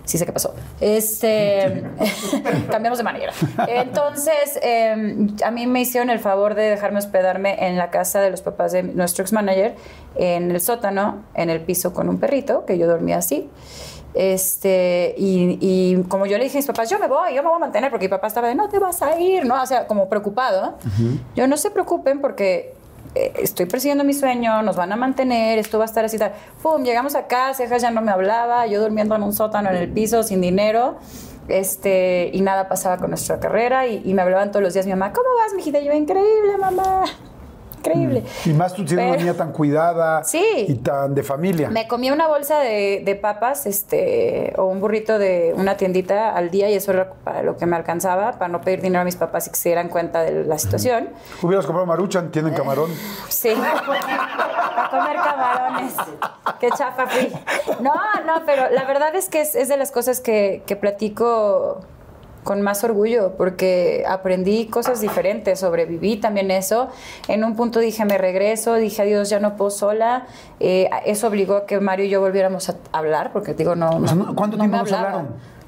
sí sé qué pasó. Este, cambiamos de manera. Entonces, eh, a mí me hicieron el favor de dejarme hospedarme en la casa de los papás de nuestro ex-manager, en el sótano, en el piso con un perrito, que yo dormía así. Este, y, y como yo le dije a mis papás, yo me voy, yo me voy a mantener, porque mi papá estaba de, no te vas a ir, ¿no? O sea, como preocupado. Uh-huh. Yo, no se preocupen porque eh, estoy persiguiendo mi sueño, nos van a mantener, esto va a estar así tal. Pum, llegamos acá, Cejas ya no me hablaba, yo durmiendo en un sótano en el piso, sin dinero, este, y nada pasaba con nuestra carrera, y, y me hablaban todos los días mi mamá, ¿cómo vas, mijita? Y yo, increíble, mamá. Increíble. Y más tú siendo una niña tan cuidada, sí, y tan de familia. Me comía una bolsa de, de papas este, o un burrito de una tiendita al día, y eso era para lo que me alcanzaba, para no pedir dinero a mis papás y que se dieran cuenta de la situación. Hubieras comprado Maruchan, tienen camarón. Sí, para comer camarones. Qué chafa fui. No, no, pero la verdad es que es, es de las cosas que, que platico con más orgullo, porque aprendí cosas diferentes, sobreviví también eso. En un punto dije, me regreso, dije, adiós, ya no puedo sola. Eh, eso obligó a que Mario y yo volviéramos a hablar, porque digo, no... O sea, no ¿cuánto no tiempo me nos hablaron?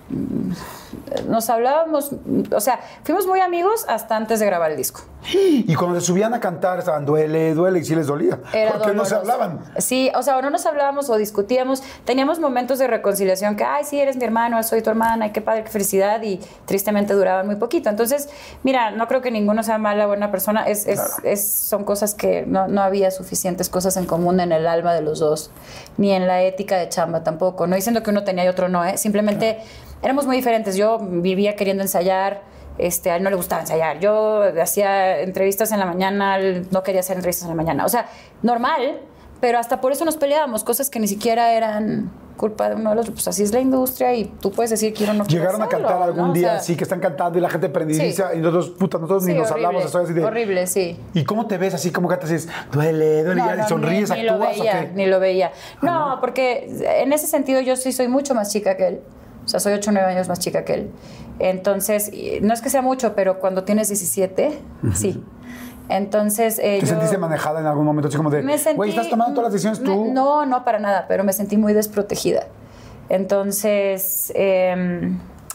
Nos hablábamos, o sea, fuimos muy amigos hasta antes de grabar el disco. Y cuando se subían a cantar estaban duele, duele, y sí les dolía. Era porque doloroso. No se hablaban. Sí, o sea, o no nos hablábamos o discutíamos. Teníamos momentos de reconciliación que, ay, sí, eres mi hermano, soy tu hermana, ay, qué padre, qué felicidad, y tristemente duraban muy poquito. Entonces, mira, no creo que ninguno sea mala o buena persona. Es, es, claro. es, son cosas que no, no había suficientes cosas en común en el alma de los dos, ni en la ética de chamba tampoco. No diciendo que uno tenía y otro no, ¿eh? Simplemente claro. éramos muy diferentes. Yo vivía queriendo ensayar. Este, a él no le gustaba ensayar. Yo hacía entrevistas en la mañana, él no quería hacer entrevistas en la mañana. O sea, normal, pero hasta por eso nos peleábamos, cosas que ni siquiera eran culpa de uno del otro. Pues así es la industria y tú puedes decir que uno no quiere Llegaron hacerlo, a cantar algún ¿no? día, o sea, sí, que están cantando y la gente prendidiza, sí. Y nosotros, puta, nosotros sí, ni nos horrible, hablamos, estoy así de... horrible, sí. ¿Y cómo te ves así, como cantas y dices, duele, duele, no, ya, no, y sonríes, ni, ni actúas lo veía, o qué? Ni lo veía. No, ah, no, porque en ese sentido yo sí soy mucho más chica que él. O sea, soy ocho o nueve años más chica que él. Entonces, no es que sea mucho, pero cuando tienes diecisiete, uh-huh. sí. Entonces, eh, ¿Te yo sentiste manejada en algún momento? Así como de, güey, ¿estás tomando todas las decisiones tú? Me, no, no, para nada, pero me sentí muy desprotegida. Entonces, eh,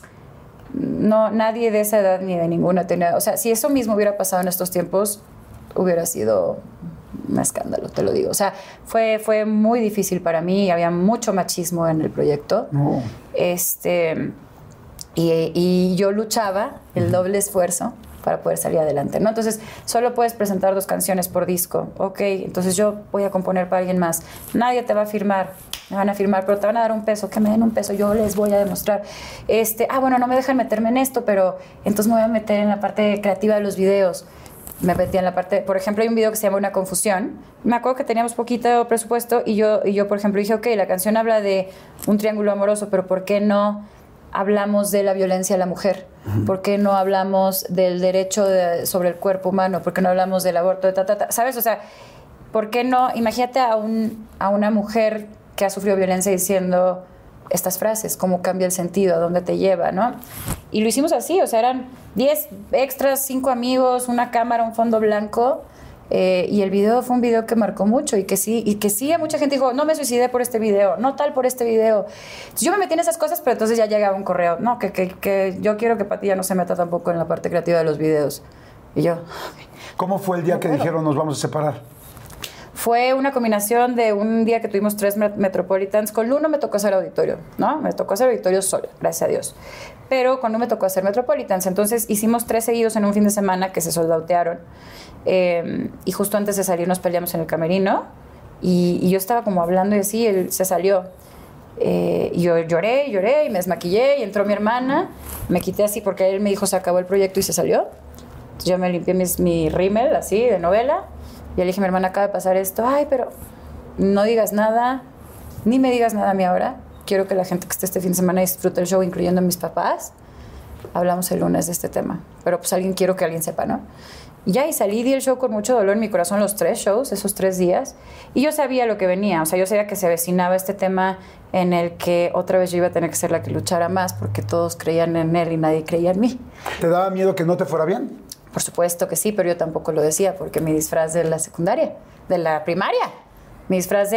no, nadie de esa edad ni de ninguna tenía... O sea, si eso mismo hubiera pasado en estos tiempos, hubiera sido un escándalo, te lo digo. O sea, fue, fue muy difícil para mí, había mucho machismo en el proyecto. No. Este, y, y yo luchaba el doble esfuerzo para poder salir adelante, ¿no? Entonces, solo puedes presentar dos canciones por disco. Ok, entonces yo voy a componer para alguien más. Nadie te va a firmar, me van a firmar, pero te van a dar un peso. Que me den un peso, yo les voy a demostrar. Este, ah, bueno, no me dejan meterme en esto, pero entonces me voy a meter en la parte creativa de los videos. Me metí en la parte... Por ejemplo, hay un video que se llama Una Confusión. Me acuerdo que teníamos poquito presupuesto y yo, y yo por ejemplo, dije, ok, la canción habla de un triángulo amoroso, pero ¿por qué no hablamos de la violencia a la mujer? ¿Por qué no hablamos del derecho de, sobre el cuerpo humano? ¿Por qué no hablamos del aborto? De ta, ta, ta? ¿Sabes? O sea, ¿por qué no? Imagínate a, un, a una mujer que ha sufrido violencia diciendo estas frases, cómo cambia el sentido, a dónde te lleva, ¿no? Y lo hicimos así, o sea, eran diez extras, cinco amigos, una cámara, un fondo blanco, eh, y el video fue un video que marcó mucho y que sí, y que sí, a mucha gente dijo, no me suicidé por este video, no tal por este video. Entonces, yo me metí en esas cosas, pero entonces ya llegaba un correo, no, que, que, que yo quiero que Pati ya no se meta tampoco en la parte creativa de los videos. Y yo... ¿Cómo fue el día no que puedo. dijeron nos vamos a separar? Fue una combinación de un día que tuvimos tres Metropolitans. Con uno me tocó hacer auditorio, ¿no? Me tocó hacer auditorio sola, gracias a Dios. Pero con uno me tocó hacer Metropolitans. Entonces hicimos tres seguidos en un fin de semana que se soldautearon. Eh, y justo antes de salir nos peleamos en el camerino. Y, y yo estaba como hablando y así, él se salió. Eh, y yo lloré, lloré y me desmaquillé y entró mi hermana. Me quité así porque él me dijo se acabó el proyecto y se salió. Entonces yo me limpié mis, mi rímel así de novela. Y le dije, mi hermana, acaba de pasar esto. Ay, pero no digas nada, ni me digas nada a mí ahora. Quiero que la gente que esté este fin de semana disfrute el show, incluyendo a mis papás. Hablamos el lunes de este tema. Pero pues alguien quiero que alguien sepa, ¿no? Y ya, y salí, di el show con mucho dolor en mi corazón, los tres shows, esos tres días. Y yo sabía lo que venía. O sea, yo sabía que se avecinaba este tema en el que otra vez yo iba a tener que ser la que luchara más porque todos creían en él y nadie creía en mí. ¿Te daba miedo que no te fuera bien? Por supuesto que sí, pero yo tampoco lo decía porque mi disfraz de la secundaria, de la primaria, mi disfraz de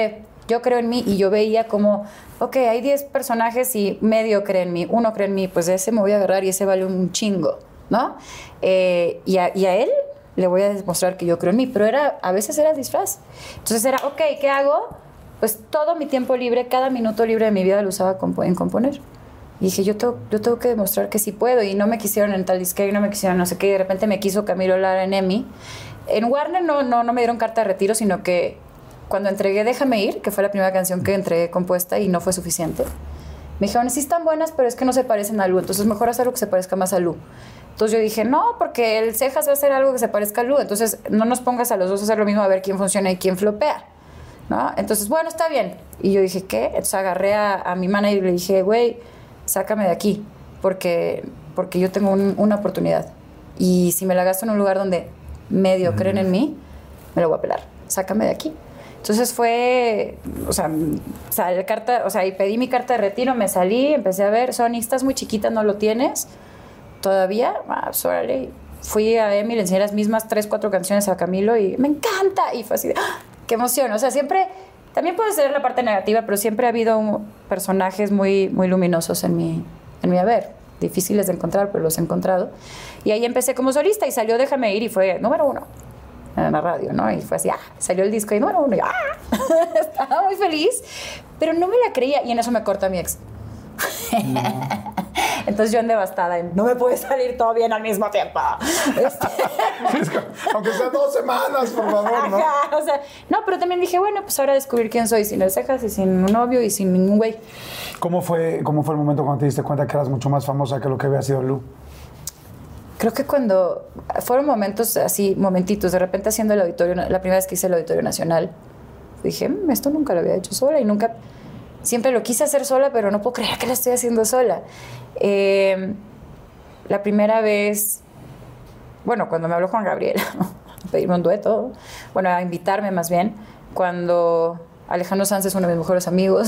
yo creo en mí, y yo veía como, ok, hay diez personajes y medio creen en mí, uno cree en mí, pues de ese me voy a agarrar y ese vale un chingo, ¿no? Eh, y, a, y a él le voy a demostrar que yo creo en mí, pero era, a veces era disfraz. Entonces era, ok, ¿qué hago? Pues todo mi tiempo libre, cada minuto libre de mi vida lo usaba en componer. Y dije, yo tengo, yo tengo que demostrar que sí puedo. Y no me quisieron en tal disque, y no me quisieron no sé qué. Y de repente me quiso Camilo Lara en EMI. En Warner no, no, no me dieron carta de retiro, sino que cuando entregué Déjame Ir, que fue la primera canción que entregué compuesta y no fue suficiente, me dijeron, sí están buenas, pero es que no se parecen a Lu. Entonces mejor hacer algo que se parezca más a Lu. Entonces yo dije, no, porque el Cejas va a hacer algo que se parezca a Lu. Entonces no nos pongas a los dos a hacer lo mismo, a ver quién funciona y quién flopea, ¿no? Entonces, bueno, está bien. Y yo dije, ¿qué? Entonces agarré a, a mi manager y le dije, güey, sácame de aquí, porque, porque yo tengo un, una oportunidad. Y si me la gasto en un lugar donde medio creen en mí, me lo voy a pelar. Sácame de aquí. Entonces fue, o sea, o sea, el carta, o sea, y pedí mi carta de retiro, me salí, empecé a ver, Sony, estás muy chiquita, no lo tienes todavía. Ah, pues, órale. Fui a Emi, le enseñé las mismas tres, cuatro canciones a Camilo y me encanta. Y fue así de, ¡ah! ¡Qué emoción! O sea, siempre... También puede ser la parte negativa, pero siempre ha habido un, personajes muy, muy luminosos en mi, en mi haber. Difíciles de encontrar, pero los he encontrado. Y ahí empecé como solista y salió Déjame Ir y fue número uno en la radio, ¿no? Y fue así, ah, salió el disco y número uno. Y ¡ah! Estaba muy feliz, pero no me la creía. Y en eso me corta mi ex. No. Entonces yo en devastada, no me puede salir todo bien al mismo tiempo. Este... Aunque sea dos semanas, por favor, ¿no? Ajá, o sea, no, pero también dije, bueno, pues ahora descubrir quién soy, sin el Cejas y sin un novio y sin ningún güey. ¿Cómo fue, ¿Cómo fue el momento cuando te diste cuenta que eras mucho más famosa que lo que había sido Lu? Creo que cuando fueron momentos así, momentitos, de repente haciendo el auditorio, la primera vez que hice el Auditorio Nacional, dije, esto nunca lo había hecho sola y nunca... Siempre lo quise hacer sola, pero no puedo creer que lo estoy haciendo sola. Eh, la primera vez, bueno, cuando me habló Juan Gabriel, a pedirme un dueto, bueno, a invitarme más bien, cuando Alejandro Sanz es uno de mis mejores amigos,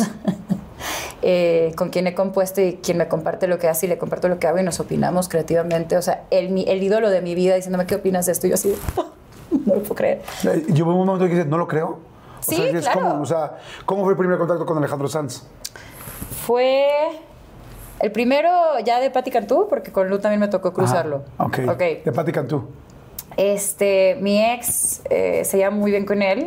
eh, con quien he compuesto y quien me comparte lo que hace y le comparto lo que hago y nos opinamos creativamente. O sea, el, el ídolo de mi vida diciéndome, ¿qué opinas de esto? Y yo así, no lo puedo creer. Yo hubo un momento que dije, no lo creo. O Sí, sea, es claro. como, o sea, ¿cómo fue el primer contacto con Alejandro Sanz? Fue el primero ya de Patti Cantú, porque con Lu también me tocó cruzarlo. Ah, ok, okay. De Patti Cantú. Este, mi ex eh, se lleva muy bien con él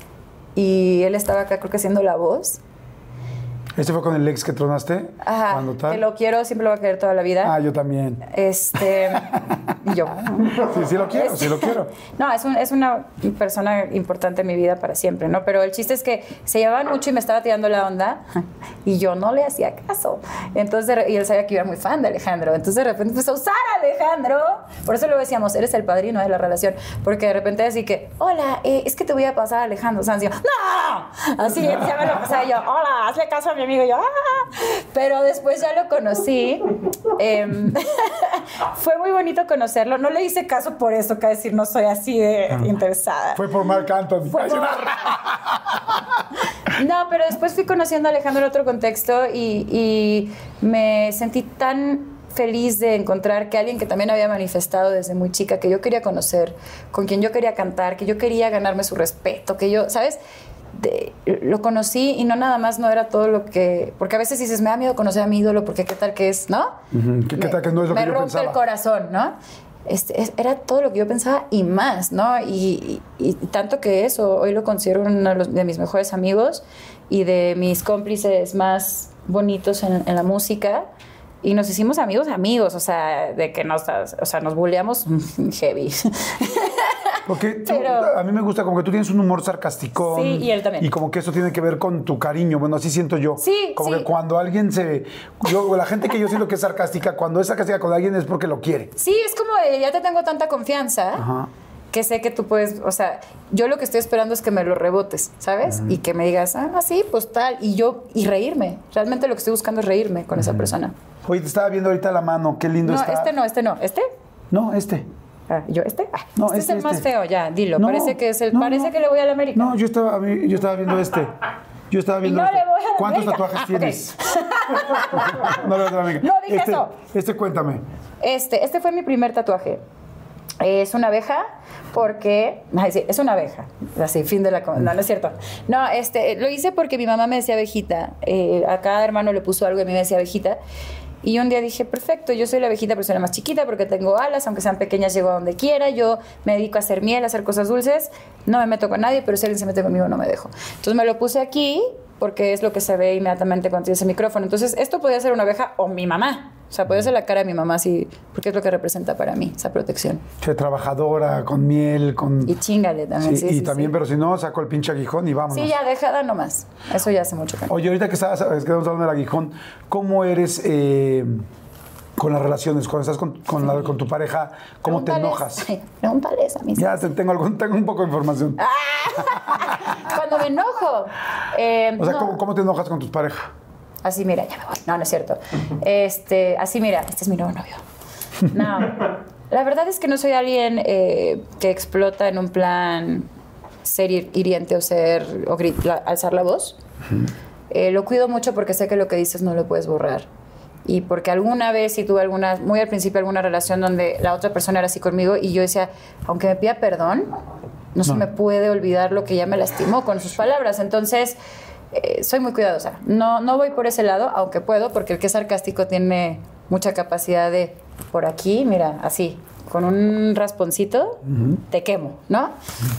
y él estaba acá creo que haciendo la voz. ¿Este fue con el ex que tronaste? Ajá, Cuando tal? que lo quiero, siempre lo voy a querer toda la vida. Ah, yo también. Este, y yo. Sí, sí lo quiero, Este, sí lo quiero. No, es, un, es una persona importante en mi vida para siempre, ¿no? Pero el chiste es que se llevaban mucho y me estaba tirando la onda y yo no le hacía caso. Entonces, y él sabía que yo era muy fan de Alejandro. Entonces, de repente empezó a usar a Alejandro. Por eso lo decíamos, eres el padrino de la relación. Porque de repente así que, hola, eh, es que te voy a pasar a Alejandro Sanz. Y yo, ¡no! Así, ya me lo pasaba yo, hola, hazle caso a mi amigo. Y yo, ¡ah! Pero después ya lo conocí. Eh, fue muy bonito conocerlo. No le hice caso por eso, que decir, no soy así de ah. interesada. Fue por Marc Anthony. Fue por... No, pero después fui conociendo a Alejandro en otro contexto y, y me sentí tan feliz de encontrar que alguien que también había manifestado desde muy chica, que yo quería conocer, con quien yo quería cantar, que yo quería ganarme su respeto, que yo, ¿sabes? De, lo conocí y no nada más no era todo lo que... Porque a veces dices, me da miedo conocer a mi ídolo porque qué tal que es, ¿no? Uh-huh. ¿Qué, me, ¿Qué tal que no es lo que yo pensaba? Me rompe el corazón, ¿no? Este, es, era todo lo que yo pensaba y más, ¿no? Y, y, y tanto que eso, hoy lo considero uno de, los, de mis mejores amigos y de mis cómplices más bonitos en, en la música. Y nos hicimos amigos, amigos, o sea, de que nos, o sea, nos buleamos heavy. Porque tú, Pero, a mí me gusta como que tú tienes un humor sarcástico. Sí, y él también. Y como que eso tiene que ver con tu cariño. Bueno, así siento yo. Sí, Como sí. que cuando alguien se... Yo, la gente que yo siento que es sarcástica, cuando es sarcástica con alguien es porque lo quiere. Sí, es como de, ya te tengo tanta confianza. Ajá. Que sé que tú puedes, o sea, yo lo que estoy esperando es que me lo rebotes, ¿sabes? Uh-huh. Y que me digas, ah, sí, pues tal, y yo, y reírme. Realmente lo que estoy buscando es reírme con uh-huh. esa persona. Oye, te estaba viendo ahorita la mano, qué lindo no, está. No, este no, este no, ¿este? No, este. Ah, ¿yo este? Ah, no, este, este es el más este. feo, ya, dilo. No, parece que es el, no, parece no. que le voy a la América. No, yo estaba, yo estaba viendo este. Yo estaba viendo y no este. le voy a la ¿Cuántos América? tatuajes Ah, tienes? Okay. no le voy a la América. No dije este, eso. Este, cuéntame. Este, este fue mi primer tatuaje. Es una abeja porque... Ay, sí, es una abeja. Así, fin de la... No, no es cierto. No, este, lo hice porque mi mamá me decía abejita. Eh, a cada hermano le puso algo y a mí me decía abejita. Y un día dije, perfecto, yo soy la abejita, pero soy la más chiquita porque tengo alas, aunque sean pequeñas, llego a donde quiera. Yo me dedico a hacer miel, a hacer cosas dulces. No me meto con nadie, pero si alguien se mete conmigo, no me dejo. Entonces me lo puse aquí porque es lo que se ve inmediatamente cuando tienes el micrófono. Entonces, esto podía ser una abeja o mi mamá. O sea, podía ser la cara de mi mamá, sí, porque es lo que representa para mí, esa protección. Que trabajadora, con miel, con... Y chingale también, sí. sí, y sí, también, sí. pero si no, saco el pinche aguijón y vámonos. Sí, ya, dejada nomás. Eso ya hace mucho que no. Oye, ahorita que estabas, es que estamos hablando del aguijón, ¿cómo eres eh, con las relaciones? Cuando estás con, con, la, con tu pareja, ¿cómo te enojas? Ay, pregúntales a mí. Ya te- tengo, algún, tengo un poco de información. Cuando me enojo. eh, O sea, no. ¿cómo, ¿cómo te enojas con tus parejas? Así, mira, ya me voy. No, no es cierto. Este, así, mira, este es mi nuevo novio. No, la verdad es que no soy alguien eh, que explota en un plan ser hir- hiriente o ser, o grit- la- alzar la voz. Eh, lo cuido mucho porque sé que lo que dices no lo puedes borrar. Y porque alguna vez sí tuve alguna, muy al principio, alguna relación donde la otra persona era así conmigo y yo decía, aunque me pida perdón, no, se me puede olvidar lo que ya me lastimó con sus palabras. Entonces, eh, soy muy cuidadosa. No, no voy por ese lado, aunque puedo, porque el que es sarcástico tiene mucha capacidad de, por aquí, mira, así, con un rasponcito, te quemo, ¿no?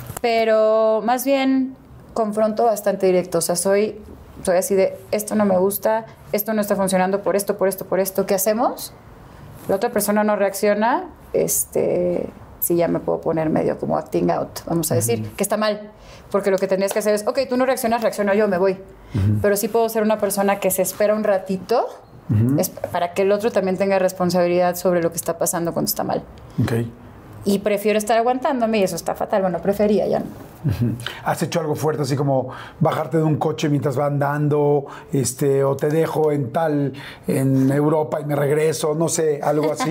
Pero más bien confronto bastante directo. O sea, soy, soy así de, esto no me gusta, esto no está funcionando por esto, por esto, por esto. ¿Qué hacemos? La otra persona no reacciona, este... sí ya me puedo poner medio como acting out, vamos a decir, uh-huh. que está mal, porque lo que tendrías que hacer es, ok, tú no reaccionas, reacciono yo, me voy. Uh-huh. Pero sí puedo ser una persona que se espera un ratito uh-huh. es para que el otro también tenga responsabilidad sobre lo que está pasando cuando está mal. Okay. Y prefiero estar aguantándome y eso está fatal. Bueno, prefería, ya no. Uh-huh. ¿Has hecho algo fuerte, así como bajarte de un coche mientras va andando, este, o te dejo en tal, en Europa y me regreso, no sé, algo así?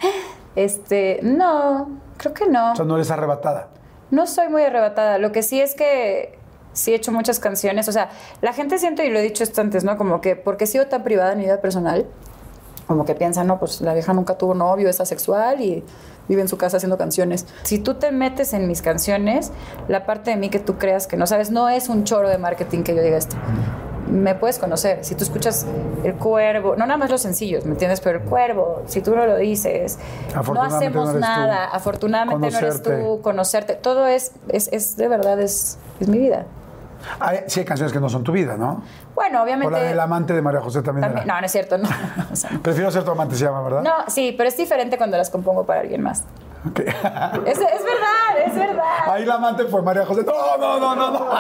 Este, no, creo que no. O sea, no eres arrebatada. No soy muy arrebatada. Lo que sí es que sí he hecho muchas canciones. O sea, la gente siento, y lo he dicho esto antes, ¿no? Como que porque he sido tan privada en mi vida personal, como que piensan, no, pues la vieja nunca tuvo novio, es asexual y vive en su casa haciendo canciones. Si tú te metes en mis canciones, la parte de mí que tú creas que no sabes, no es un choro de marketing que yo diga esto. Me puedes conocer. Si tú escuchas El Cuervo, no nada más los sencillos, ¿me entiendes? Pero El Cuervo, si tú no lo dices, no hacemos no nada. Tú. Afortunadamente conocerte. No eres tú, conocerte. Todo es, es, es de verdad, es, es mi vida. Hay, sí hay canciones que no son tu vida, ¿no? Bueno, obviamente... O la del amante de María José también, también No, no es cierto, no. O sea, no. Prefiero ser tu amante, se llama, ¿verdad? No, sí, pero es diferente cuando las compongo para alguien más. Okay. Es, es verdad, es verdad. Ahí la amante fue María José. No, no, no, no, no.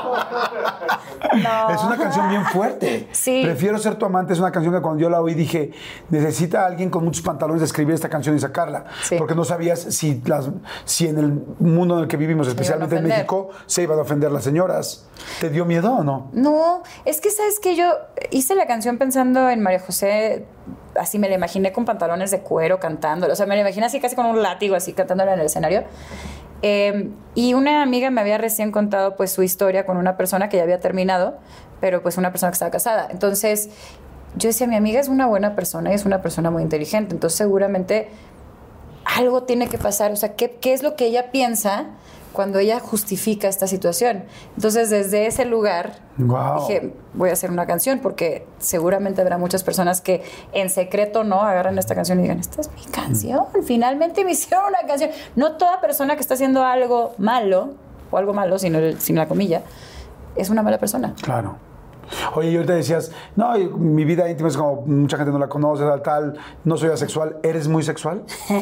No. Es una canción bien fuerte. Sí. Prefiero ser tu amante. Es una canción que cuando yo la oí dije, necesita alguien con muchos pantalones de escribir esta canción y sacarla. Sí. Porque no sabías si, las, si en el mundo en el que vivimos, especialmente en México, se iban a ofender las señoras. ¿Te dio miedo o no? No, es que sabes que yo hice la canción pensando en María José. Así me la imaginé con pantalones de cuero cantándola. O sea, me la imaginé así casi con un látigo, así cantándola en el escenario. Eh, y una amiga me había recién contado pues su historia con una persona que ya había terminado, pero pues una persona que estaba casada. Entonces yo decía, mi amiga es una buena persona y es una persona muy inteligente. Entonces seguramente algo tiene que pasar. O sea, ¿qué, qué es lo que ella piensa cuando ella justifica esta situación? Entonces, desde ese lugar, wow. dije, voy a hacer una canción, porque seguramente habrá muchas personas que en secreto no agarran esta canción y digan, esta es mi canción, finalmente me hicieron una canción. No toda persona que está haciendo algo malo, o algo malo, sino, sino la comilla, es una mala persona. Claro. Oye, y ahorita decías, no, mi vida íntima es como, mucha gente no la conoce, tal, tal, no soy asexual. ¿Eres muy sexual?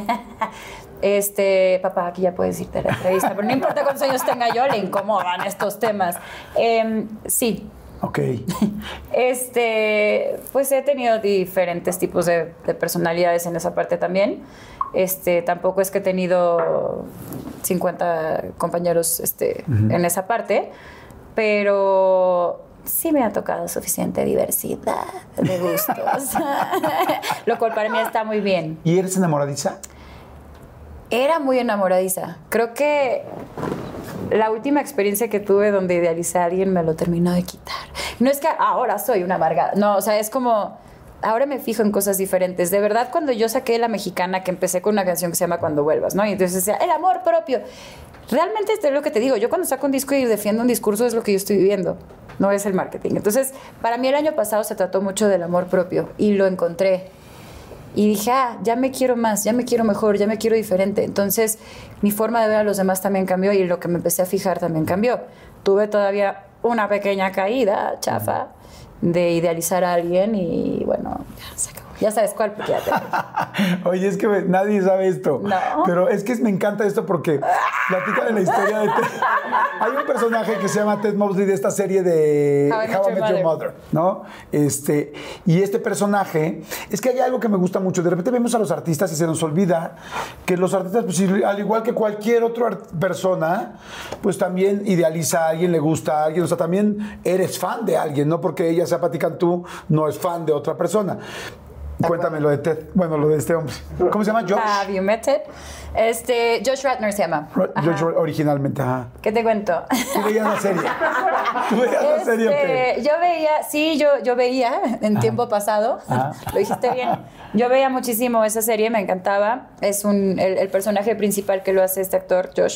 Este, papá, aquí ya puedes irte a la entrevista, pero no importa cuántos años tenga yo, le incomodan estos temas. Eh, sí. Ok. Este, pues he tenido diferentes tipos de, de personalidades en esa parte también. Este, tampoco es que he tenido cincuenta compañeros este, uh-huh. en esa parte, pero sí me ha tocado suficiente diversidad de gustos, lo cual para mí está muy bien. ¿Y eres enamoradiza? Era muy enamoradiza. Creo que la última experiencia que tuve donde idealicé a alguien me lo terminó de quitar. No es que ahora soy una amargada. No, o sea, es como... ahora me fijo en cosas diferentes. De verdad, cuando yo saqué La Mexicana, que empecé con una canción que se llama Cuando Vuelvas, ¿no? Y entonces decía, el amor propio. Realmente esto es lo que te digo. Yo cuando saco un disco y defiendo un discurso es lo que yo estoy viviendo, no es el marketing. Entonces, para mí el año pasado se trató mucho del amor propio y lo encontré. Y dije, ah, ya me quiero más, ya me quiero mejor, ya me quiero diferente. Entonces, mi forma de ver a los demás también cambió y lo que me empecé a fijar también cambió. Tuve todavía una pequeña caída, chafa, de idealizar a alguien y bueno, ya se acabó. Ya sabes cuál, porque ya te... Oye, es que me, nadie sabe esto. No. Pero es que me encanta esto porque platica de la historia de Ted. Hay un personaje que se llama Ted Mosby de esta serie de How I Met How I Your Met Your Mother. Mother, ¿no? Este, y este personaje, es que hay algo que me gusta mucho. De repente vemos a los artistas y se nos olvida que los artistas, pues, al igual que cualquier otra persona, pues también idealiza a alguien, le gusta a alguien. O sea, también eres fan de alguien, no porque ella sea Patti Cantú, no es fan de otra persona. Cuéntame lo de Ted, bueno, lo de este hombre. ¿Cómo se llama? Josh. Have you met Ted? Este, Josh Ratner se llama. Josh originalmente, ajá. ¿Qué te cuento? ¿Tú veías la serie? ¿Tú veías la serie o qué? Este, yo veía, sí, yo, yo veía en tiempo pasado, Ajá. lo dijiste bien, yo veía muchísimo esa serie, me encantaba, es un, el, el personaje principal que lo hace este actor, Josh,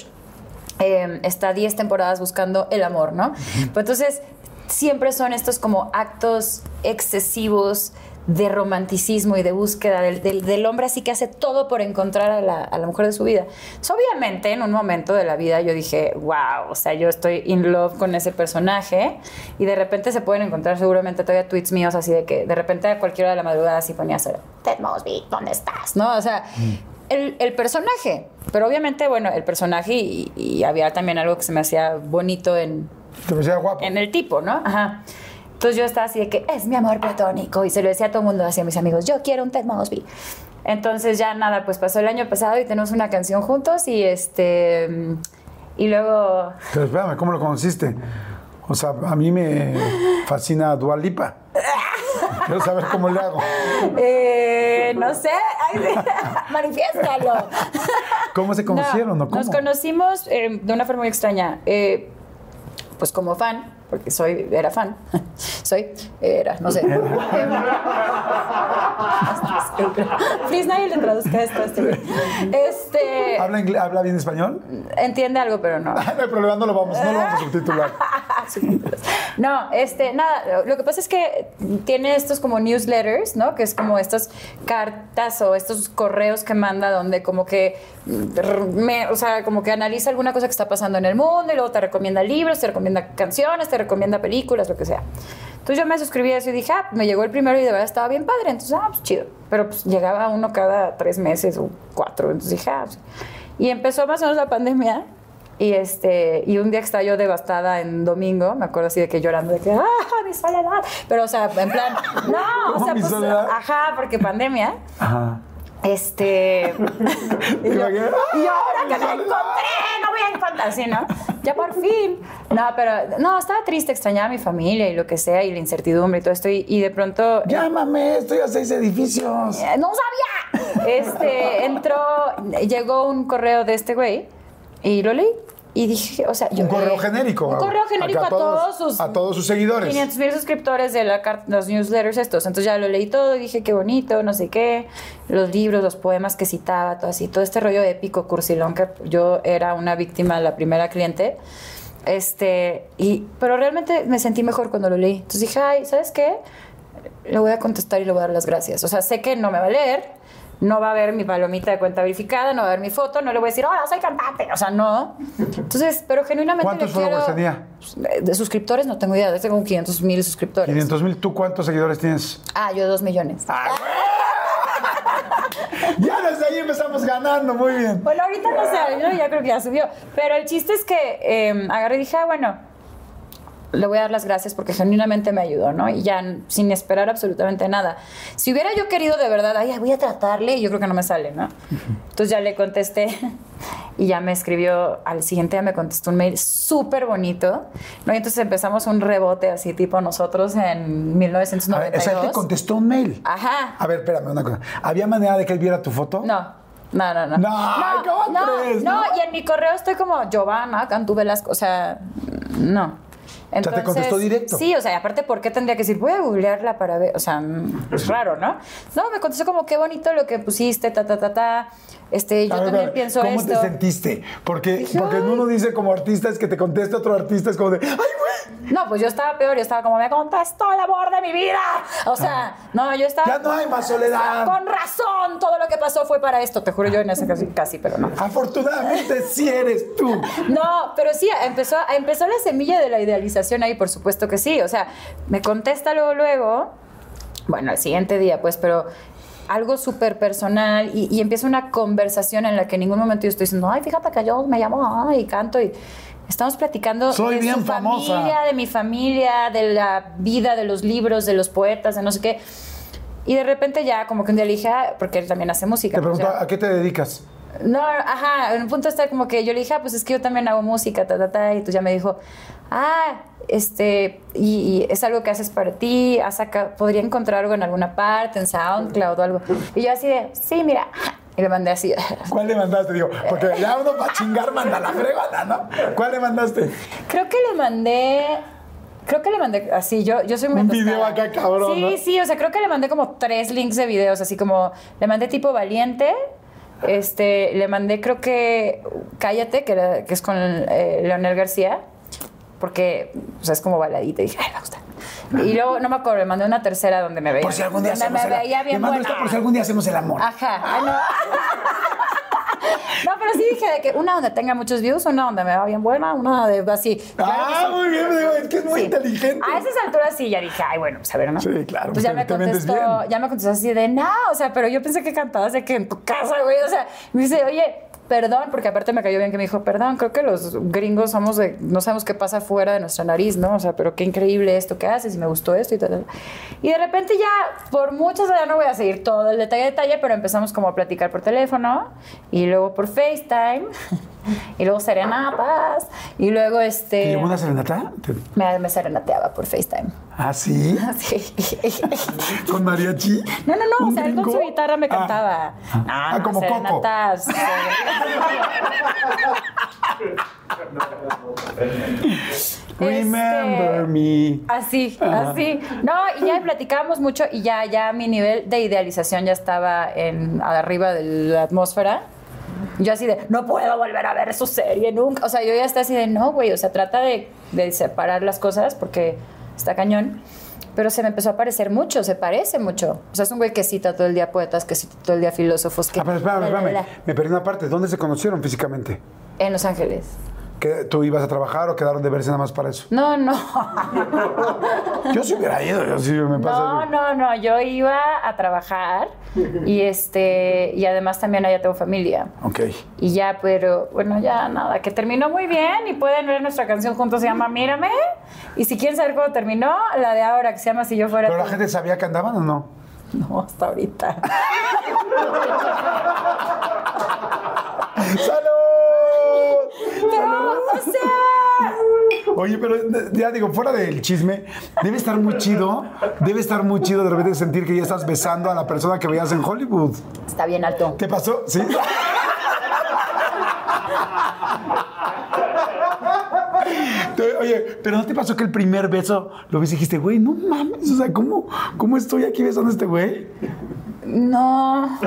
eh, está diez temporadas buscando el amor, ¿no? Uh-huh. Pues entonces, siempre son estos como actos excesivos de romanticismo y de búsqueda del, del, del hombre así que hace todo por encontrar a la, a la mujer de su vida. So, obviamente, en un momento de la vida yo dije, wow, o sea, yo estoy in love con ese personaje y de repente se pueden encontrar seguramente todavía tweets míos así de que de repente a cualquier hora de la madrugada así ponía a hacer, Ted Mosby, ¿dónde estás? ¿No? O sea, mm. el, el personaje, pero obviamente, bueno, el personaje y, y había también algo que se me hacía bonito en... Te me hacía guapo. En el tipo, ¿no? Ajá. Entonces yo estaba así de que es mi amor platónico y se lo decía a todo el mundo, así a mis amigos, yo quiero un Ted Mosby. Entonces ya nada, pues pasó el año pasado y tenemos una canción juntos y este y luego... Pero espérame, ¿cómo lo conociste? O sea, a mí me fascina Dua Lipa. Quiero saber cómo le hago. Eh, no sé, manifiéstalo. ¿Cómo se conocieron? No, ¿no? ¿Cómo? Nos conocimos eh, de una forma muy extraña, eh, pues como fan, porque soy, era fan, soy, era, no sé. Please, nadie le traduzca esto a este güey. Este... ¿Habla, inglés, ¿Habla bien español? Entiende algo, pero no. No hay problema, no lo vamos, no lo vamos a subtitular. No, este, nada, lo que pasa es que tiene estos como newsletters, ¿no? Que es como estas cartas o estos correos que manda donde como que, me, o sea, como que analiza alguna cosa que está pasando en el mundo y luego te recomienda libros, te recomienda canciones, te recomienda películas, lo que sea. Entonces yo me suscribí a eso y dije, ah, me llegó el primero y de verdad estaba bien padre. Entonces, ah, pues chido. Pero pues llegaba uno cada tres meses o cuatro. Entonces dije, ah, pues. Y empezó más o menos la pandemia. Y este y un día que estaba yo devastada en domingo, me acuerdo así de que llorando, de que, ¡ah, mi soledad! Pero, o sea, en plan, no, o sea, ¿Mi pues, soledad? ajá, porque pandemia. Ajá. Este. y, yo, y ahora que me encontré, no voy a encontrar, así, ¿no? Ya por fin. No, pero, no, estaba triste, extrañaba a mi familia y lo que sea, y la incertidumbre y todo esto, y, y de pronto. Llámame, estoy a seis edificios. Eh, ¡No sabía! Este, entró, llegó un correo de este güey, y lo leí. Y dije, o sea, yo... Un correo genérico. Un correo genérico a, a todos, todos sus... A todos sus seguidores. quinientos mil suscriptores de la carta, los newsletters estos. Entonces ya lo leí todo y dije, qué bonito, no sé qué. Los libros, los poemas que citaba, todo así. Todo este rollo épico, cursilón, que yo era una víctima, la primera cliente. Este, y... Pero realmente me sentí mejor cuando lo leí. Entonces dije, ay, ¿sabes qué? Le voy a contestar y le voy a dar las gracias. O sea, sé que no me va a leer. No va a ver mi palomita de cuenta verificada, no va a ver mi foto, no le voy a decir, hola, soy cantante. O sea, no. Entonces, pero genuinamente ¿cuántos followers tenía? De suscriptores no tengo idea, tengo quinientos mil suscriptores. quinientos mil, ¿tú cuántos seguidores tienes? Ah, yo dos millones. Ah, ya desde ahí empezamos ganando, muy bien. Bueno, ahorita no sé, yo ya creo que ya subió. Pero el chiste es que eh, agarré y dije, ah, bueno, le voy a dar las gracias porque genuinamente me ayudó, ¿no? Y ya sin esperar absolutamente nada. Si hubiera yo querido de verdad, ay, voy a tratarle, yo creo que no me sale, ¿no? Entonces ya le contesté y ya me escribió, al siguiente día me contestó un mail súper bonito, ¿no? Y entonces empezamos un rebote así tipo nosotros en mil novecientos noventa y dos. A ver, o sea, te contestó un mail. Ajá. A ver, espérame una cosa. ¿Había manera de que él viera tu foto? No. No, no, no. No, ¿cómo no, crees? No, no, y en mi correo estoy como Giovanna Cantú Velasco, o sea, no. Entonces, o sea, te contestó directo. Sí, o sea, y aparte, ¿por qué tendría que decir, voy a googlearla para ver? O sea, es raro, ¿no? No, me contestó como, qué bonito lo que pusiste, ta, ta, ta, ta. Este, yo A ver, también a ver, pienso ¿cómo esto. te sentiste? Porque, Dije, porque ay. uno dice como artista es que te conteste otro artista, es como de, ¡ay, güey! No, pues yo estaba peor, yo estaba como, me contestó el amor de mi vida. O sea, no, yo estaba... Ya no hay más soledad. Con razón, todo lo que pasó fue para esto, te juro yo en ese casi, casi, pero no. Afortunadamente sí eres tú. No, pero sí, empezó, empezó la semilla de la idealización ahí, por supuesto que sí. O sea, me contesta luego, luego, bueno, al siguiente día, pues, pero algo súper personal y, y empieza una conversación en la que en ningún momento yo estoy diciendo, ay, fíjate que yo me llamo ay, y canto y estamos platicando Soy de bien su famosa. familia, de mi familia, de la vida, de los libros, de los poetas, de no sé qué. Y de repente ya como que un día le dije, ah, porque él también hace música. Te pregunto, o sea, ¿a qué te dedicas? no, ajá, en un punto está como que yo le dije, ah, pues es que yo también hago música, ta, ta, ta, y tú ya me dijo, ah, este, y, y es algo que haces para ti, has saca- podría encontrar algo en alguna parte, en SoundCloud o algo. Y yo así de, sí, mira, y le mandé así. ¿Cuál le mandaste? Digo, porque ya uno para chingar manda la fregada, ¿no? ¿Cuál le mandaste? Creo que le mandé... Creo que le mandé así, yo, yo soy muy Un atascada. video acá, cabrón, Sí, ¿no? sí, o sea, creo que le mandé como tres links de videos, así como, le mandé tipo Valiente, este, le mandé creo que Cállate, que, era- que es con eh, Leonel García, porque, o sea, es como baladita, y dije, ay, me gusta. Y luego, no me acuerdo, le mandé una tercera donde me veía. Por si algún día donde hacemos me el veía Le bien mando buena. esta por si algún día hacemos el amor. Ajá, ah, no. No, pero sí dije de que una donde tenga muchos views, una donde me va bien buena, una de así. Claro que Ah, sí. muy bien, digo, es que es muy Sí. inteligente. A esas alturas sí, ya dije, ay, bueno, pues a ver, ¿no? Sí, claro, Pues ya te- me te vendes contestó, bien. ya me contestó así de, no, o sea, pero yo pensé que cantabas de que en tu casa, güey, o sea, me dice, oye, perdón, porque aparte me cayó bien que me dijo, perdón, creo que los gringos somos de, no sabemos qué pasa fuera de nuestra nariz, ¿no? O sea, pero qué increíble esto que haces y me gustó esto y tal, tal. Y de repente ya, por muchas, ya no voy a seguir todo el detalle, detalle, pero empezamos como a platicar por teléfono y luego por FaceTime y luego serenatas y luego este... ¿Te llevó una serenata? Te- Me, me serenateaba por FaceTime. ¿Ah, sí? Sí. ¿Con mariachi? No, no, no, o ¿Un sea, él con gringo? su guitarra me Ah. cantaba. No, Ah, no, como Coco. serenatas. Remember Este, me. Así, Ajá. así. No, y ya platicábamos mucho y ya, ya mi nivel de idealización ya estaba en arriba de la atmósfera. Yo así de, no puedo volver a ver su serie nunca. O sea, yo ya estaba así de, no, güey, o sea, trata de, de separar las cosas porque está cañón. Pero se me empezó a parecer mucho, se parece mucho. O sea, es un güey que cita todo el día poetas, que cita todo el día filósofos. Que Ah, pero espérame, la, la, espérame. la. Me perdí una parte. ¿Dónde se conocieron físicamente? En Los Ángeles. ¿Que tú ibas a trabajar o quedaron de verse nada más para eso? No, no. Yo sí hubiera ido, yo sí me pasa. No, no, no. Yo iba a trabajar y este y además también allá tengo familia. Ok. Y ya, pero bueno, ya nada, que terminó muy bien y pueden ver nuestra canción juntos, se llama Mírame. Y si quieren saber cómo terminó, la de ahora que se llama Si yo fuera ¿Pero la tú. gente sabía que andaban o no? No, hasta ahorita. ¡Salud! Pero, o sea, Oye, pero ya digo, fuera del chisme, debe estar muy chido, debe estar muy chido de repente sentir que ya estás besando a la persona que veías en Hollywood. está bien alto. ¿Qué pasó? ¿Sí? Te- Oye, pero ¿no te pasó que el primer beso lo ves y dijiste, güey, no mames, o sea, ¿cómo, cómo estoy aquí besando a este güey? No.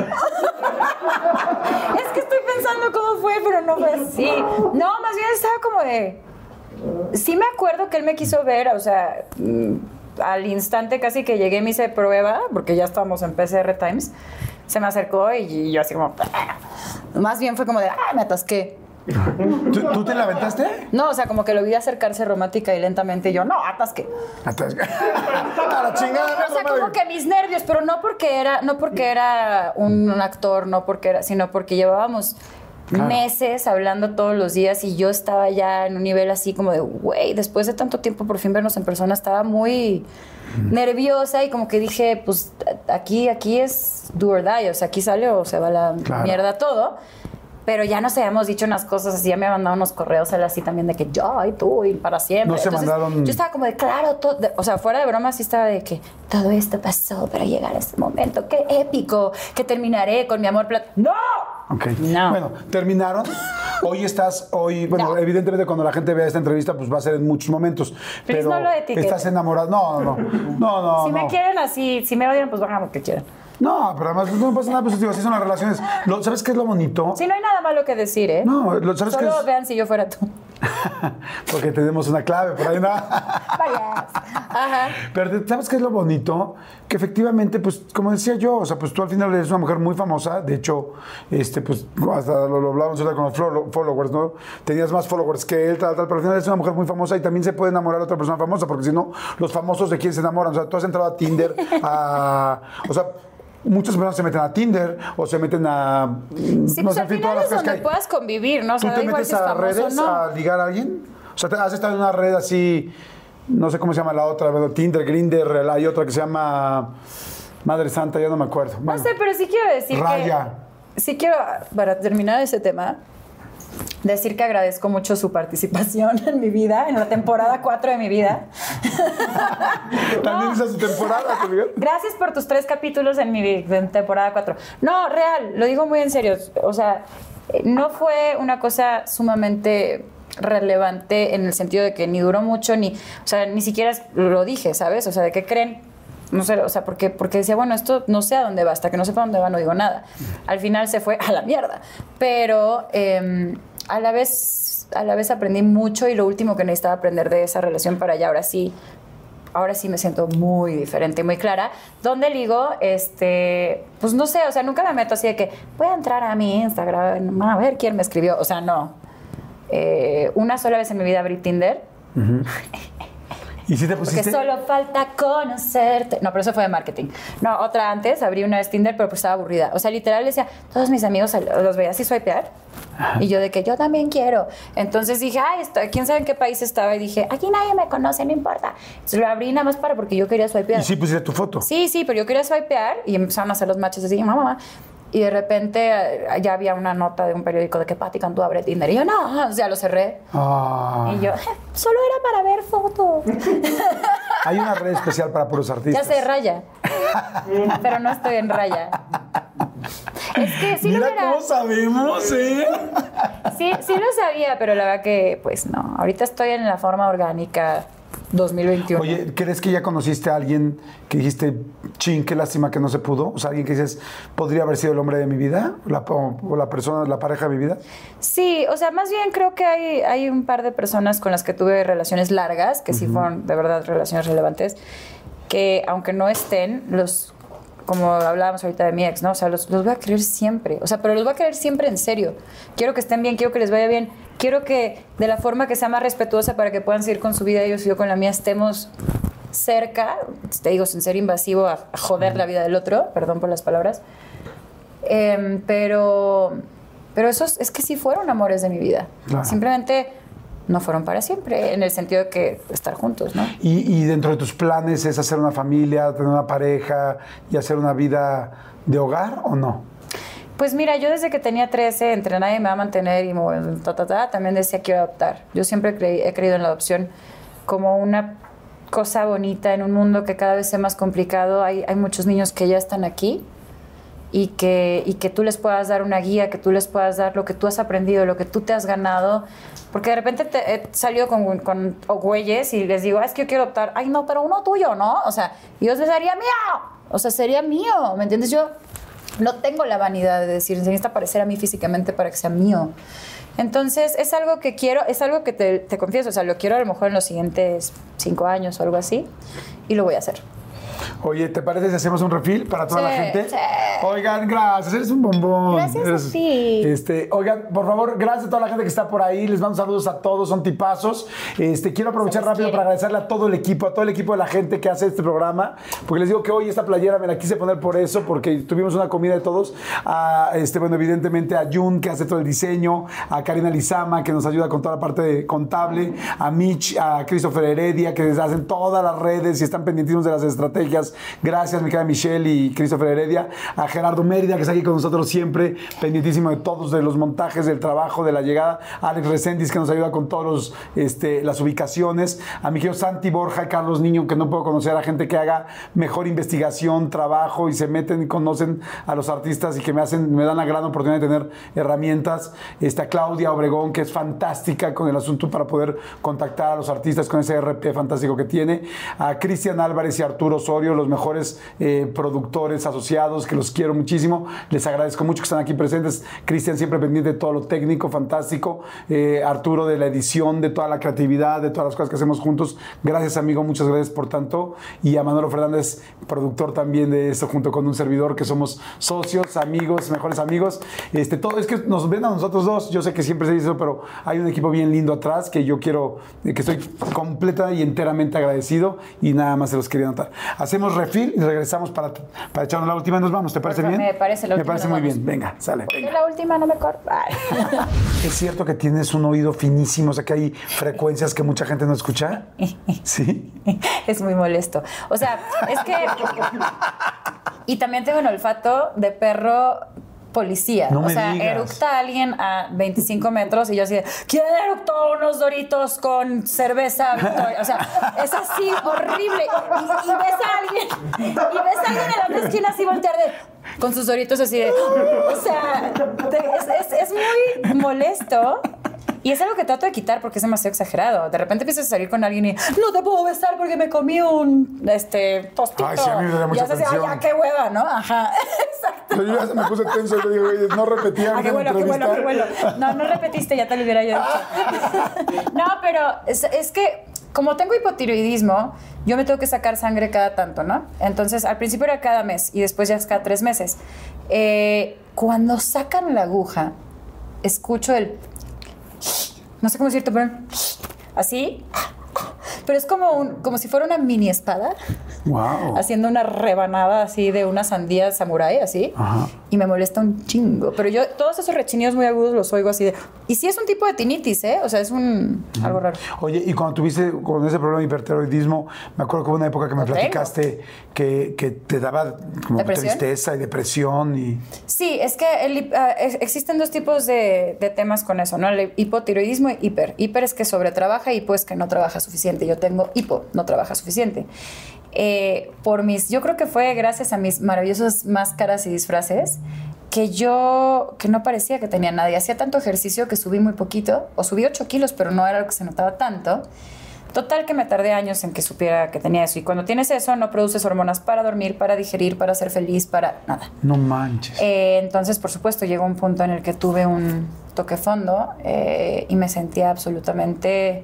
Es que estoy pensando cómo fue, pero no fue así. No, más bien estaba como de... Sí me acuerdo que él me quiso ver, o sea, mm, al instante casi que llegué me hice prueba, porque ya estábamos en P C R Times, se me acercó y yo así como... Más bien fue como de, ay, me atasqué. ¿Tú, tú te la aventaste? No, o sea, como que lo vi acercarse romántica y lentamente y yo, no, atasqué. Atrás. A la chingada. O sea, madre. como que mis nervios, pero no porque era, no porque era un actor, no porque era, sino porque llevábamos Claro. meses hablando todos los días y yo estaba ya en un nivel así como de, güey, después de tanto tiempo por fin vernos en persona, estaba muy nerviosa y como que dije, pues aquí, aquí es do or die, o sea, aquí sale o se va la Claro. mierda todo. Pero ya nos habíamos dicho unas cosas así, ya me mandado unos correos él así también de que yo y tú y para siempre. No se Entonces, mandaron- yo estaba como de, claro, todo, de- o sea, fuera de broma sí estaba de que todo esto pasó para llegar a este momento, qué épico, que terminaré con mi amor plat... ¡No! Ok. No. Bueno, terminaron. Hoy estás, hoy, bueno, No. evidentemente cuando la gente vea esta entrevista, pues va a ser en muchos momentos. Please, Pero no lo etiquetes. estás enamorada. No, no, no, no. si no. me quieren así, si me odian, pues hagan lo que quieran. No, pero además no pasa nada, pues digo, así son las relaciones. Lo- ¿Sabes qué es lo bonito? Sí, no hay nada malo que decir, ¿eh? No, lo- ¿sabes qué Solo es? vean si yo fuera tú. Porque tenemos una clave por ahí, ¿no? Vaya. Ajá. Pero ¿sabes qué es lo bonito? Que efectivamente, pues, como decía yo, o sea, pues tú al final eres una mujer muy famosa. De hecho, este, pues, hasta lo, lo hablábamos ahorita con los follow- followers, ¿no? Tenías más followers que él, tal, tal, pero al final eres una mujer muy famosa y también se puede enamorar a otra persona famosa, porque si no, los famosos de quién se enamoran. O sea, tú has entrado a Tinder, a... O sea, muchas personas se meten a Tinder o se meten a... Sí, pues sé, al en fin, final todas las es cosas que donde hay. puedas convivir, ¿no? O ¿Tú sea, te da igual metes si es a famoso redes o no. a ligar a alguien? O sea, ¿te- ¿has estado en una red así, no sé cómo se llama la otra, pero Tinder, Grindr, hay otra que se llama Madre Santa, ya no me acuerdo. No Bueno, sé, pero sí quiero decir Raya. que... Sí quiero, para terminar ese tema, decir que agradezco mucho su participación en mi vida, en la temporada cuatro de mi vida. También hizo su temporada, ¿te fijas? Gracias por tus tres capítulos en mi vi- en temporada cuatro. No, real, lo digo muy en serio. O sea, eh, no fue una cosa sumamente relevante en el sentido de que ni duró mucho, ni, o sea, ni siquiera lo dije, ¿sabes? O sea, ¿de qué creen? No sé, o sea, porque, porque decía, bueno, esto no sé a dónde va, hasta que no sepa dónde va no digo nada. Al final se fue a la mierda. Pero eh, a la vez, a la vez aprendí mucho y lo último que necesitaba aprender de esa relación para allá, ahora sí, ahora sí me siento muy diferente, muy clara. ¿Dónde ligo? Este, pues no sé, o sea, nunca me meto así de que voy a entrar a mi Instagram, a ver quién me escribió. O sea, no. Eh, una sola vez en mi vida abrí Tinder. ¿Y si te Porque pusiste? solo falta conocerte. No, pero eso fue de marketing. No, otra antes, abrí una vez Tinder, pero pues estaba aburrida. O sea, literal decía, todos mis amigos los veía así swipear. Y yo de que yo también quiero. Entonces dije, ay, esto, quién sabe en qué país estaba. Y dije, aquí nadie me conoce, no importa. Entonces lo abrí nada más para porque yo quería swipear. ¿Y sí pusiste tu foto? Sí, sí, pero yo quería swipear y empezaron a hacer los matches así, mamá, mamá. Y de repente eh, ya había una nota de un periódico de que Pati Cantú abre Tinder. Y yo, no, o sea, lo cerré. Ah. Y yo, solo era para ver fotos. Hay una red especial para puros Ya artistas. sé, Raya. Pero no estoy en Raya. Es que sí Mira lo era. cómo sabemos, ¿eh? Sí, sí lo sabía, pero la verdad que, pues no. Ahorita estoy en la forma orgánica dos mil veintiuno. Oye, ¿crees que ya conociste a alguien que dijiste, ching, qué lástima que no se pudo? O sea, alguien que dices, podría haber sido el hombre de mi vida, la, o, o la persona, la pareja de mi vida. Sí, o sea, más bien creo que hay, hay un par de personas con las que tuve relaciones largas, que sí fueron de verdad relaciones relevantes, que aunque no estén, los, como hablábamos ahorita de mi ex, ¿no? O sea, los, los voy a querer siempre. O sea, pero los voy a querer siempre en serio. Quiero que estén bien, quiero que les vaya bien. Quiero que de la forma que sea más respetuosa para que puedan seguir con su vida ellos y yo con la mía estemos cerca, te digo, sin ser invasivo a, a joder la vida del otro, perdón por las palabras. Eh, pero, pero esos es que sí fueron amores de mi vida. Claro. Simplemente no fueron para siempre, en el sentido de que estar juntos, ¿no? Y, y dentro de tus planes es hacer una familia, tener una pareja y hacer una vida de hogar o no? Pues mira, yo desde que tenía trece, entre nadie me va a mantener y me- ta, ta, ta, también decía quiero adoptar. Yo siempre creí- he creído en la adopción como una cosa bonita en un mundo que cada vez es más complicado. Hay, hay muchos niños que ya están aquí y que, y que tú les puedas dar una guía, que tú les puedas dar lo que tú has aprendido, lo que tú te has ganado. Porque de repente te, he salido con, con güeyes y les digo, ah, es que yo quiero adoptar. Ay, no, pero uno tuyo, ¿no? O sea, y yo les sería mío. O sea, sería mío, ¿me entiendes? Yo no tengo la vanidad de decir, se necesita parecer a mí físicamente para que sea mío. Entonces, es algo que quiero, es algo que te, te confieso, o sea, lo quiero a lo mejor en los siguientes cinco años o algo así, y lo voy a hacer. Oye, ¿te parece si hacemos un refill para toda Sí, la gente? sí. Oigan, gracias, eres un bombón. Gracias a Eres- ti. Este, oigan, por favor, gracias a toda la gente que está por ahí. Les mando saludos a todos, son tipazos. Este, quiero aprovechar Se les rápido quiere. para agradecerle a todo el equipo, a todo el equipo de la gente que hace este programa, porque les digo que hoy esta playera me la quise poner por eso, porque tuvimos una comida de todos. A, este, bueno, evidentemente a Jun, que hace todo el diseño, a Karina Lizama, que nos ayuda con toda la parte de contable, a Mitch, a Christopher Heredia, que les hacen todas las redes y están pendientes de las estrategias. Gracias, mi querida Michelle y Christopher Heredia, a Gerardo Mérida, que está aquí con nosotros siempre, pendientísimo de todos, de los montajes, del trabajo, de la llegada. A Alex Reséndiz, que nos ayuda con todas este, las ubicaciones. A mi querido Santi Borja, Carlos Niño, que no puedo conocer, a gente que haga mejor investigación, trabajo y se meten y conocen a los artistas y que me hacen, me dan la gran oportunidad de tener herramientas. Está Claudia Obregón, que es fantástica con el asunto para poder contactar a los artistas con ese R P fantástico que tiene. A Cristian Álvarez y Arturo Osorio, los mejores eh, productores asociados, que los quiero muchísimo. Les agradezco mucho que están aquí presentes. Cristian siempre pendiente de todo lo técnico, fantástico. Eh, Arturo de la edición, de toda la creatividad, de todas las cosas que hacemos juntos. Gracias, amigo, muchas gracias por tanto. Y a Manolo Fernández, productor también de esto, junto con un servidor, que somos socios, amigos, mejores amigos. Este, todo, es que nos ven a nosotros dos. Yo sé que siempre se dice eso, pero hay un equipo bien lindo atrás que yo quiero, que estoy completa y enteramente agradecido, y nada más se los quería notar. Hacemos refill y regresamos para, para echarnos la última y nos vamos. ¿Te parece bien? Me parece la Me última. parece muy bien. Venga, sale. Venga. La última no me corta. ¿Es cierto que tienes un oído finísimo? O sea, que hay frecuencias que mucha gente no escucha. ¿Sí? Es muy molesto. O sea, es que... Y también tengo un olfato de perro policía. No o me sea, digas. eructa a alguien a veinticinco metros y yo así de, ¿quién eructó unos Doritos con cerveza Victoria? O sea, es así horrible. Y, y ves a alguien, y ves a alguien en la otra esquina así voltear de, con sus Doritos así de, o sea, te, es, es, es muy molesto. Y es algo que trato de quitar porque es demasiado exagerado. De repente empiezas a salir con alguien y no te puedo besar porque me comí un este tostito. Ay, sí, a mí me da mucha y haces así, ay, ya, qué hueva, ¿no? Ajá, exacto. Yo ya se me puse tenso y le digo, oye, no repetía. Ah, qué bueno, qué bueno, qué bueno. No, no repetiste, ya te lo hubiera yo dicho. No, pero es, es que como tengo hipotiroidismo, yo me tengo que sacar sangre cada tanto, ¿no? Entonces, al principio era cada mes y después ya es cada tres meses. Eh, cuando sacan la aguja, escucho el... No sé cómo decirte, pero así. Pero es como, un, como si fuera una mini espada. Wow. Haciendo una rebanada así de una sandía samurái, así. Ajá. Y me molesta un chingo. Pero yo todos esos rechinidos muy agudos los oigo así de... Y sí es un tipo de tinitis, ¿eh? O sea, es un... Uh-huh. Algo raro. Oye, y cuando tuviste con ese problema de hipertiroidismo, me acuerdo que hubo una época que me Lo platicaste que, que te daba como ¿Depresión? tristeza y depresión y... Sí, es que el, uh, existen dos tipos de, de temas con eso, ¿no? El hipotiroidismo y hiper. Hiper es que sobretrabaja y hipo es que no trabaja suficiente. Yo tengo hipo, no trabaja suficiente. Eh, por mis, yo creo que fue gracias a mis maravillosas máscaras y disfraces que yo, que no parecía que tenía nadie. Hacía tanto ejercicio que subí muy poquito, o subí ocho kilos, pero no era lo que se notaba tanto. Total que me tardé años en que supiera que tenía eso. Y cuando tienes eso, no produces hormonas para dormir, para digerir, para ser feliz, para nada. No manches. Eh, entonces, por supuesto, llegó un punto en el que tuve un toque fondo eh, y me sentía absolutamente,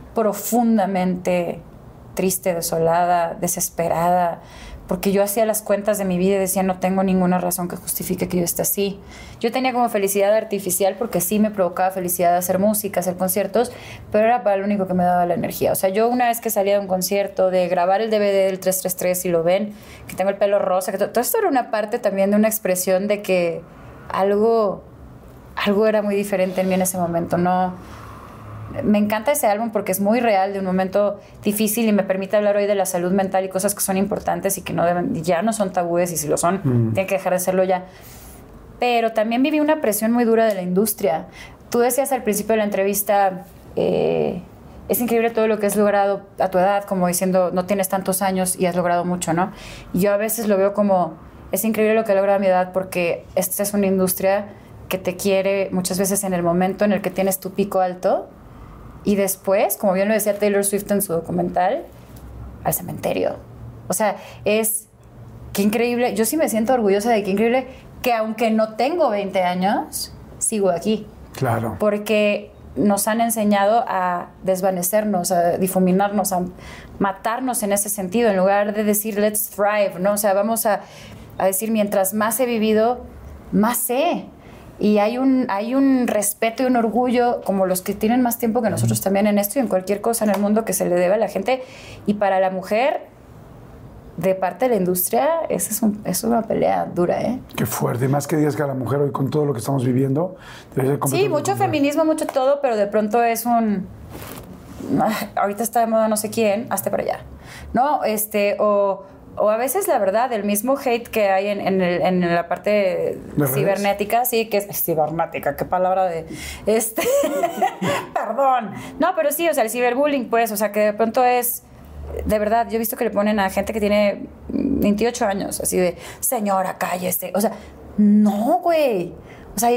profundamente triste, desolada, desesperada, porque yo hacía las cuentas de mi vida y decía, no tengo ninguna razón que justifique que yo esté así. Yo tenía como felicidad artificial porque sí me provocaba felicidad hacer música, hacer conciertos, pero era para lo único que me daba la energía. O sea, yo una vez que salía de un concierto, de grabar el D V D del tres tres tres, y lo ven, que tengo el pelo rosa, que todo, todo esto era una parte también de una expresión de que algo, algo era muy diferente en mí en ese momento, no... Me encanta ese álbum porque es muy real, de un momento difícil, y me permite hablar hoy de la salud mental y cosas que son importantes y que no deben, ya no son tabúes, y si lo son, mm. tienen que dejar de serlo ya. Pero también viví una presión muy dura de la industria. Tú decías al principio de la entrevista, eh, es increíble todo lo que has logrado a tu edad, como diciendo, no tienes tantos años y has logrado mucho, ¿no? Y yo a veces lo veo como, es increíble lo que he logrado a mi edad, porque esta es una industria que te quiere muchas veces en el momento en el que tienes tu pico alto. Y después, como bien lo decía Taylor Swift en su documental, al cementerio. O sea, es... Qué increíble. Yo sí me siento orgullosa de qué increíble que aunque no tengo veinte años, sigo aquí. Claro. Porque nos han enseñado a desvanecernos, a difuminarnos, a matarnos en ese sentido, en lugar de decir let's thrive, ¿no? O sea, vamos a, a decir mientras más he vivido, más sé. Y hay un, hay un respeto y un orgullo, como los que tienen más tiempo que nosotros también en esto y en cualquier cosa en el mundo, que se le debe a la gente. Y para la mujer, de parte de la industria, esa es, un, es una pelea dura, ¿eh? Qué fuerte. Más que digas que a la mujer hoy, con todo lo que estamos viviendo, debe ser sí, mucho feminismo, mucho todo, pero de pronto es un... Ahorita está de moda no sé quién, hazte para allá, ¿no? Este, o... O a veces, la verdad, el mismo hate que hay en, en, el, en la parte cibernética, sí, que es cibernética, qué palabra de... este Perdón. No, pero sí, o sea, el ciberbullying, pues, o sea, que de pronto es... De verdad, yo he visto que le ponen a gente que tiene veintiocho años, así de, señora, cállese. O sea, no, güey. O sea,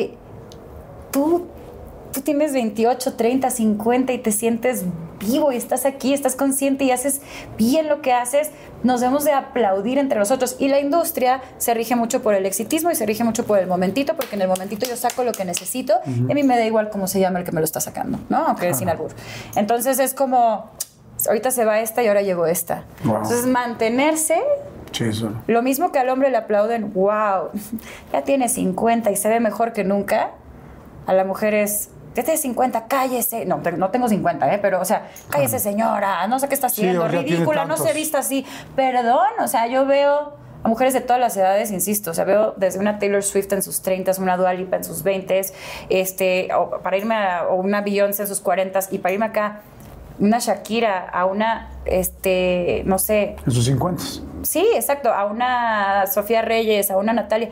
tú... Tú tienes veintiocho, treinta, cincuenta y te sientes vivo y estás aquí, estás consciente y haces bien lo que haces. Nos debemos de aplaudir entre nosotros. Y la industria se rige mucho por el exitismo y se rige mucho por el momentito, porque en el momentito yo saco lo que necesito uh-huh. y a mí me da igual cómo se llama el que me lo está sacando, ¿no? Aunque es sin albur. Entonces es como, ahorita se va esta y ahora llegó esta. Wow. Entonces mantenerse... Sí, eso. Lo mismo que al hombre le aplauden, wow, ya tiene cincuenta y se ve mejor que nunca. A la mujer es... Ya tiene cincuenta, cállese. No, no tengo cincuenta, ¿eh? Pero, o sea, cállese, señora. No sé qué está haciendo. Sí, ridícula, no se vista así. Perdón, o sea, yo veo a mujeres de todas las edades, insisto. O sea, veo desde una Taylor Swift en sus treintas, una Dua Lipa en sus veintes, este, o para irme a o una Beyoncé en sus cuarentas, y para irme acá, una Shakira, a una, este, no sé. En sus cincuentas. Sí, exacto. A una Sofía Reyes, a una Natalia.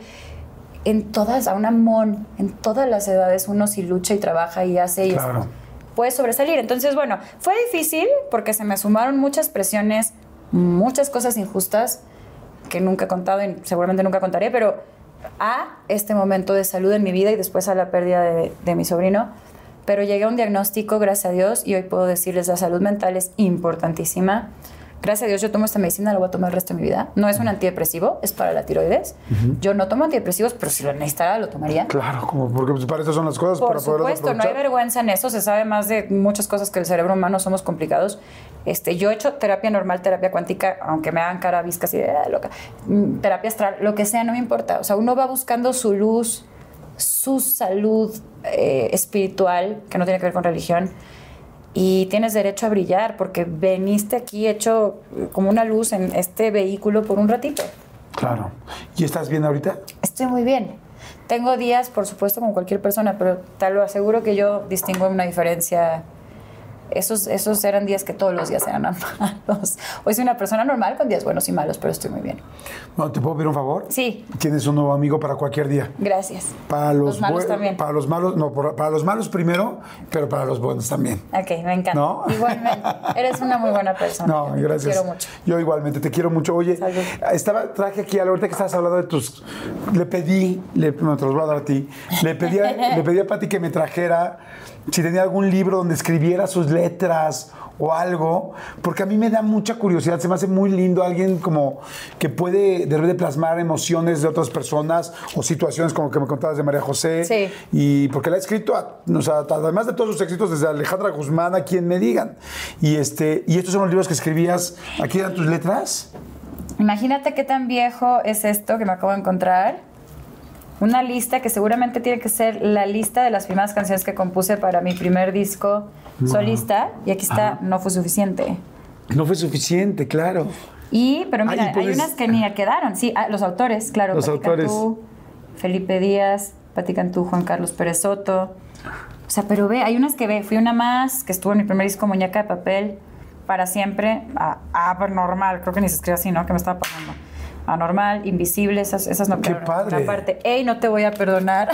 En todas, a una Mon, en todas las edades uno sí lucha y trabaja y hace y claro. puede sobresalir. Entonces, bueno, fue difícil porque se me sumaron muchas presiones, muchas cosas injustas que nunca he contado y seguramente nunca contaré, pero a este momento de salud en mi vida y después a la pérdida de, de mi sobrino. Pero llegué a un diagnóstico, gracias a Dios, y hoy puedo decirles la salud mental es importantísima. Gracias a Dios yo tomo esta medicina, la voy a tomar el resto de mi vida. No es un antidepresivo, es para la tiroides. Uh-huh. Yo no tomo antidepresivos, pero si lo necesitara, lo tomaría. Claro, como porque pues, para eso son las cosas. Por para supuesto, poderlas aprovechar. No hay vergüenza en eso. Se sabe más de muchas cosas que el cerebro humano, somos complicados. Este, yo he hecho terapia normal, terapia cuántica, aunque me hagan cara viscas y de ah, loca. Terapia astral, lo que sea, no me importa. O sea, uno va buscando su luz, su salud eh, espiritual, que no tiene que ver con religión. Y tienes derecho a brillar porque veniste aquí hecho como una luz en este vehículo por un ratito. Claro. ¿Y estás bien ahorita? Estoy muy bien. Tengo días, por supuesto, como cualquier persona, pero te lo aseguro que yo distingo una diferencia. Esos, esos eran días que todos los días eran malos. Hoy soy una persona normal con días buenos y malos, pero estoy muy bien. Bueno, ¿te puedo pedir un favor? Sí. Tienes un nuevo amigo para cualquier día. Gracias. Para los, los malos también. Para los malos, no, para los malos primero, pero para los buenos también. Ok, me encanta. ¿No? Igualmente. Eres una muy buena persona. No, gracias. Te quiero mucho. Yo igualmente, te quiero mucho. Oye, Salud. estaba, traje aquí, ahorita que estabas hablando de tus... Le pedí, le, no te los voy a dar a ti, le pedí a, le pedí a Pati que me trajera si tenía algún libro donde escribiera sus letras o algo, porque a mí me da mucha curiosidad, se me hace muy lindo alguien como que puede de repente plasmar emociones de otras personas o situaciones como que me contabas de María José. Sí. Y porque la he escrito, a, o sea, además de todos sus éxitos, desde Alejandra Guzmán, a quien me digan. Y, este, y estos son los libros que escribías, ¿aquí eran tus letras? Imagínate qué tan viejo es esto que me acabo de encontrar. Una lista que seguramente tiene que ser la lista de las primeras canciones que compuse para mi primer disco solista. Y aquí está, Ajá. No fue suficiente. No fue suficiente, claro. Y, pero mira, Ay, pues, hay unas que ni quedaron. Sí, ah, los autores, claro. Los Pati autores. Cantú, Felipe Díaz, Pati Cantú, Juan Carlos Pérez Soto. O sea, pero ve, hay unas que ve. Fui una más que estuvo en mi primer disco, Muñeca de Papel, para siempre. Ah, ah pero normal, creo que ni se escribe así, ¿no? ¿Qué me estaba pasando? Anormal, Invisible, esas, esas no quedaron. ¡Qué padre! Aparte, ¡ey, no te voy a perdonar!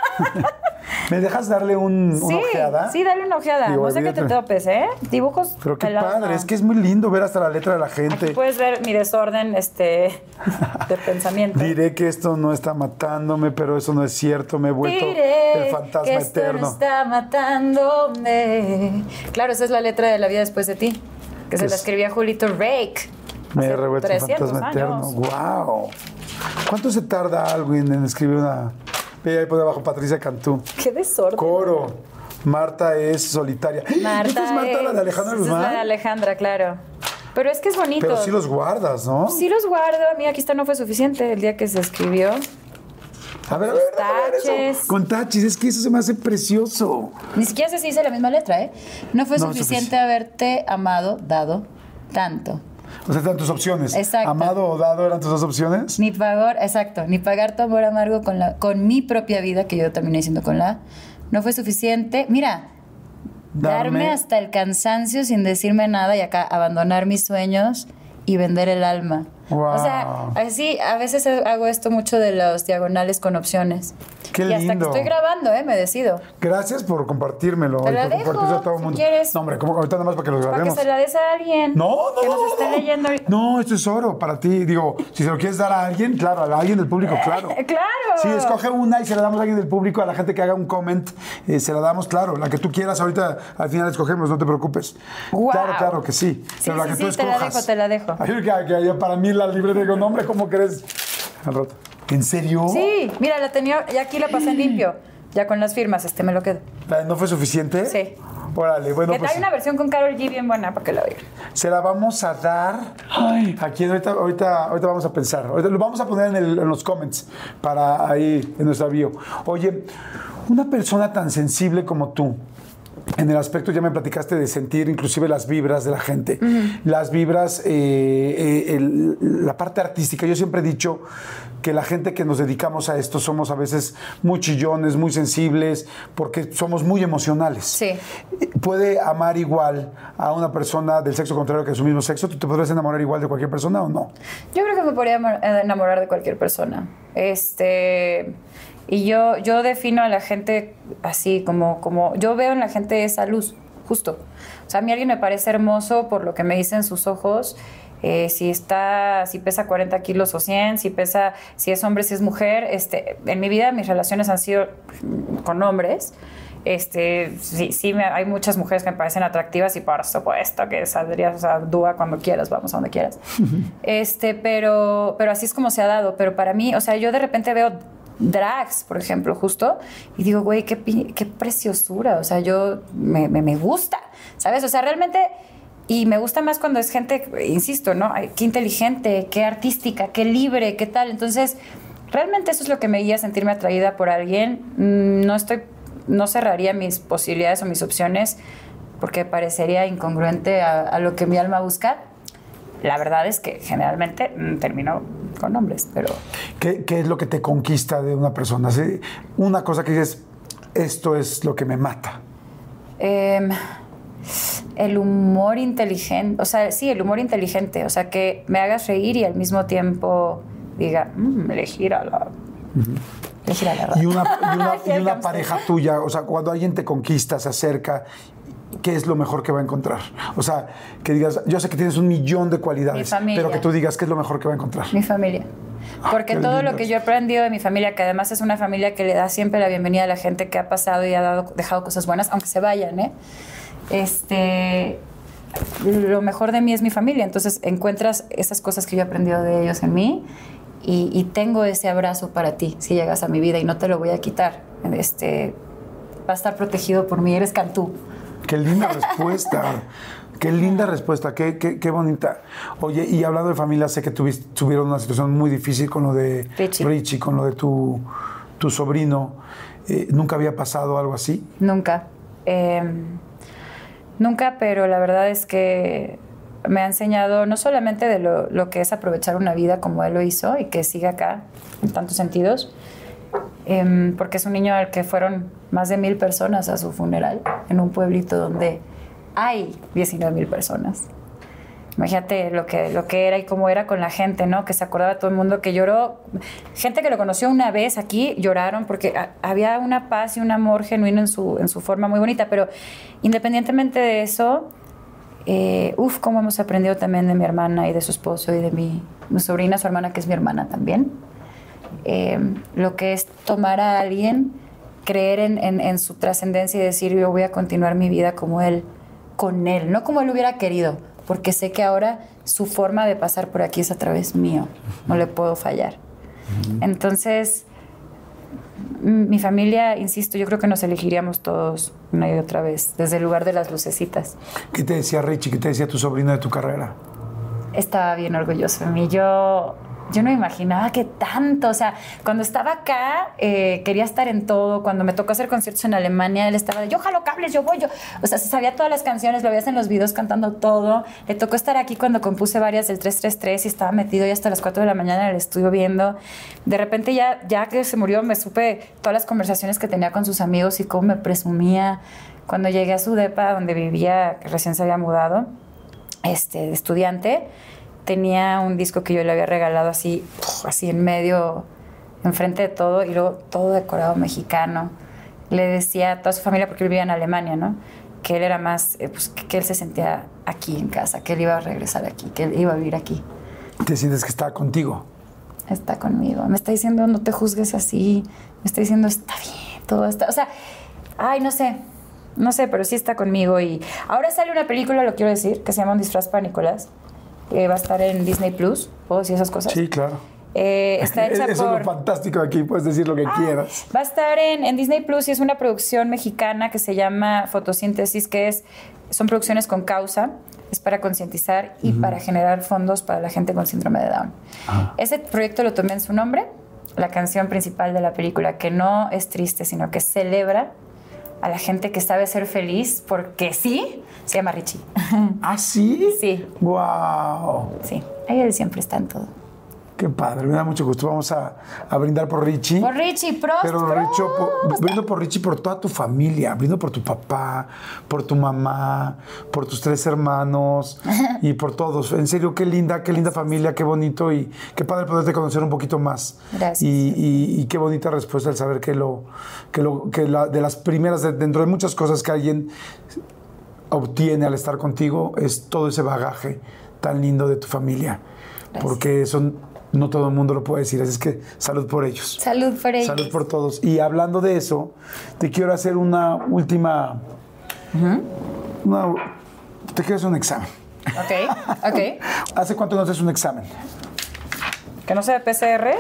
¿Me dejas darle un, sí, una ojeada? Sí, dale una ojeada. Digo, no sé qué te topes, ¿eh? Dibujos. Pero qué padre, no. Es que es muy lindo ver hasta la letra de la gente. Aquí puedes ver mi desorden este, de pensamiento. Diré que esto no está matándome, pero eso no es cierto. Me he vuelto Diré el fantasma que esto eterno. No está matándome. Claro, esa es la letra de La vida después de ti, que se la escribía Julito Rake. Me he revuelto el fantasma años. eterno. ¡Wow! ¿Cuánto se tarda algo en, en escribir una...? Ve ahí por abajo Patricia Cantú. ¡Qué desorden! Coro. Marta es solitaria. Marta ¿Esta es Marta es, la de Alejandra Guzmán? Es la de Alejandra, claro. Pero es que es bonito. Pero sí los guardas, ¿no? Sí los guardo. Mira, aquí está, no fue suficiente el día que se escribió. A ver, a ver, a ver taches. Eso. Con taches, es que eso se me hace precioso. Ni siquiera sé si dice la misma letra, ¿eh? No fue no, suficiente haberte amado, dado tanto. O sea, eran tus opciones. Exacto. Amado o dado eran tus dos opciones. Ni pagar, exacto, ni pagar tu amor amargo con, la, con mi propia vida, que yo terminé diciendo con la. No fue suficiente. Mira, darme, darme hasta el cansancio sin decirme nada y acá abandonar mis sueños y vender el alma. Wow. O sea, así, a veces hago esto mucho de los diagonales con opciones. Qué y lindo. hasta que estoy grabando, ¿eh? Me decido. Gracias por compartírmelo. Te la y por dejo, compartirlo a todo el si mundo. quieres. No, hombre, ¿cómo? Ahorita nada más para que lo Para que grabemos. se la des a alguien. No, no, que no, nos no, esté no. leyendo ahorita. No, esto es oro para ti. Digo, si se lo quieres dar a alguien, claro, a alguien del público, claro. ¡Claro! Sí, escoge una y se la damos a alguien del público, a la gente que haga un comment, eh, se la damos, claro, la que tú quieras, ahorita al final escogemos, no te preocupes. Guau. Claro, claro que sí. Sí, pero la sí, que sí, tú te la escojas. dejo, te la dejo. Ay, que, que, para mí la libre digo, no, hombre, ¿cómo crees? Al rato. ¿En serio? Sí, mira, la tenía, y aquí la pasé en limpio. Ya con las firmas, este me lo quedo. ¿No fue suficiente? Sí. Órale, bueno, Que pues hay una versión con Karol G bien buena para que la oigan. se la vamos a dar a quien ahorita, ahorita, ahorita vamos a pensar. Ahorita lo vamos a poner en, el, en los comments para ahí en nuestra bio. Oye, una persona tan sensible como tú, en el aspecto, ya me platicaste de sentir inclusive las vibras de la gente, uh-huh. las vibras, eh, eh, el, la parte artística. Yo siempre he dicho que la gente que nos dedicamos a esto somos a veces muy chillones, muy sensibles, porque somos muy emocionales. Sí. ¿Puede amar igual a una persona del sexo contrario que de su mismo sexo? ¿Tú te podrías enamorar igual de cualquier persona o no? Yo creo que me podría enamorar de cualquier persona. Este... Y yo, yo defino a la gente así, como, como... Yo veo en la gente esa luz, justo. O sea, a mí alguien me parece hermoso por lo que me dicen sus ojos. Eh, si está, si pesa cuarenta kilos o cien, si pesa, si es hombre, si es mujer. Este, en mi vida mis relaciones han sido con hombres. Este, sí, sí me, hay muchas mujeres que me parecen atractivas y por supuesto que saldrías, o sea, dúa cuando quieras, vamos a donde quieras. este, pero, pero así es como se ha dado. Pero para mí, o sea, yo de repente veo drags, por ejemplo, justo, y digo, güey, qué, qué preciosura, o sea, yo, me, me, me gusta, ¿sabes? O sea, realmente, y me gusta más cuando es gente, insisto, ¿no? Ay, qué inteligente, qué artística, qué libre, qué tal. Entonces, realmente eso es lo que me guía a sentirme atraída por alguien. No estoy, no cerraría mis posibilidades o mis opciones porque parecería incongruente a, a lo que mi alma busca. La verdad es que generalmente mmm, termino con hombres, pero... ¿Qué, ¿Qué es lo que te conquista de una persona? ¿Sí? Una cosa que dices, esto es lo que me mata. Eh, el humor inteligente, o sea, sí, el humor inteligente, o sea, que me hagas reír y al mismo tiempo diga, mmm, le gira la... Uh-huh. Le gira la rata. Y una, y una, y una pareja tuya, o sea, cuando alguien te conquista, se acerca... ¿Qué es lo mejor que va a encontrar? O sea, que digas, yo sé que tienes un millón de cualidades, pero que tú digas, ¿qué es lo mejor que va a encontrar? Mi familia. Porque ah, todo lindo. Lo que yo he aprendido de mi familia, que además es una familia que le da siempre la bienvenida a la gente que ha pasado y ha dado, dejado cosas buenas, aunque se vayan, ¿eh? Este, lo mejor de mí es mi familia. Entonces encuentras esas cosas que yo he aprendido de ellos en mí y, y tengo ese abrazo para ti si llegas a mi vida y no te lo voy a quitar. Este, va a estar protegido por mí, eres Cantú. Qué linda respuesta. Qué linda respuesta, qué, qué, qué bonita. Oye, y hablando de familia, sé que tuviste, tuvieron una situación muy difícil con lo de Richie, Richie con lo de tu, tu sobrino. Eh, ¿Nunca había pasado algo así? Nunca. Eh, nunca, pero la verdad es que me ha enseñado no solamente de lo, lo que es aprovechar una vida como él lo hizo y que siga acá en tantos sentidos, eh, porque es un niño al que fueron más de mil personas a su funeral en un pueblito donde hay diecinueve mil personas. Imagínate lo que, lo que era y cómo era con la gente, ¿no? Que se acordaba todo el mundo, que lloró. Gente que lo conoció una vez aquí lloraron porque a, había una paz y un amor genuino en su, en su forma muy bonita. Pero independientemente de eso, eh, uf, cómo hemos aprendido también de mi hermana y de su esposo y de mi, mi sobrina, su hermana, que es mi hermana también. Eh, lo que es tomar a alguien, creer en, en, en su trascendencia y decir, yo voy a continuar mi vida como él, con él, no como él hubiera querido, porque sé que ahora su forma de pasar por aquí es a través mío, no le puedo fallar. Uh-huh. Entonces, mi familia, insisto, yo creo que nos elegiríamos todos una y otra vez, desde el lugar de las lucecitas. ¿Qué te decía Richie? ¿Qué te decía tu sobrino de tu carrera? Estaba bien orgulloso de mí. Yo... Yo no imaginaba que tanto, o sea, cuando estaba acá eh, quería estar en todo. Cuando me tocó hacer conciertos en Alemania, él estaba de yo jalo cables, yo voy, yo, o sea, se sabía todas las canciones, lo veías en los videos cantando todo. Le tocó estar aquí cuando compuse varias del tres tres tres y estaba metido ya hasta las cuatro de la mañana en el estudio viendo. De repente ya, ya que se murió me supe todas las conversaciones que tenía con sus amigos y cómo me presumía. Cuando llegué a su depa donde vivía, que recién se había mudado, este, de estudiante, tenía un disco que yo le había regalado así, así en medio, enfrente de todo, y luego todo decorado mexicano. Le decía a toda su familia, porque él vivía en Alemania, ¿no? Que él era más, eh, pues, que, que él se sentía aquí en casa, que él iba a regresar aquí, que él iba a vivir aquí. ¿Te sientes que está contigo? Está conmigo. Me está diciendo, no te juzgues así. Me está diciendo, está bien, todo está... O sea, ay, no sé. No sé, pero sí está conmigo. Y ahora sale una película, lo quiero decir, que se llama Un disfraz para Nicolás. Que va a estar en Disney Plus. ¿Puedo decir esas cosas? Sí, claro. Eh, está hecha Eso por... es lo fantástico de aquí, puedes decir lo que ah, quieras. Va a estar en, en Disney Plus y es una producción mexicana que se llama Fotosíntesis, que es, son producciones con causa. Es para concientizar y uh-huh. para generar fondos para la gente con síndrome de Down. Uh-huh. Ese proyecto lo tomé en su nombre. La canción principal de la película, que no es triste, sino que celebra a la gente que sabe ser feliz, porque sí, se llama Richie. ¿Ah, sí? Sí. ¡Wow! Sí, ahí él siempre está en todo. Qué padre, me da mucho gusto. Vamos a, a brindar por Richie. Por Richie, pros, Pero Richie, por, brindo por Richie, por toda tu familia. Brindo por tu papá, por tu mamá, por tus tres hermanos y por todos. En serio, qué linda, qué linda familia, qué bonito y qué padre poderte conocer un poquito más. Gracias. Y, y, y qué bonita respuesta el saber que lo, que lo, que la, de las primeras, de, dentro de muchas cosas que alguien obtiene al estar contigo, es todo ese bagaje tan lindo de tu familia. Gracias. Porque son no todo el mundo lo puede decir, así es que salud por ellos. Salud por ellos. Salud por todos. Y hablando de eso, te quiero hacer una última... Uh-huh. Una, te quiero hacer un examen. Ok, ok. ¿Hace cuánto no haces un examen? ¿Que no sea P C R?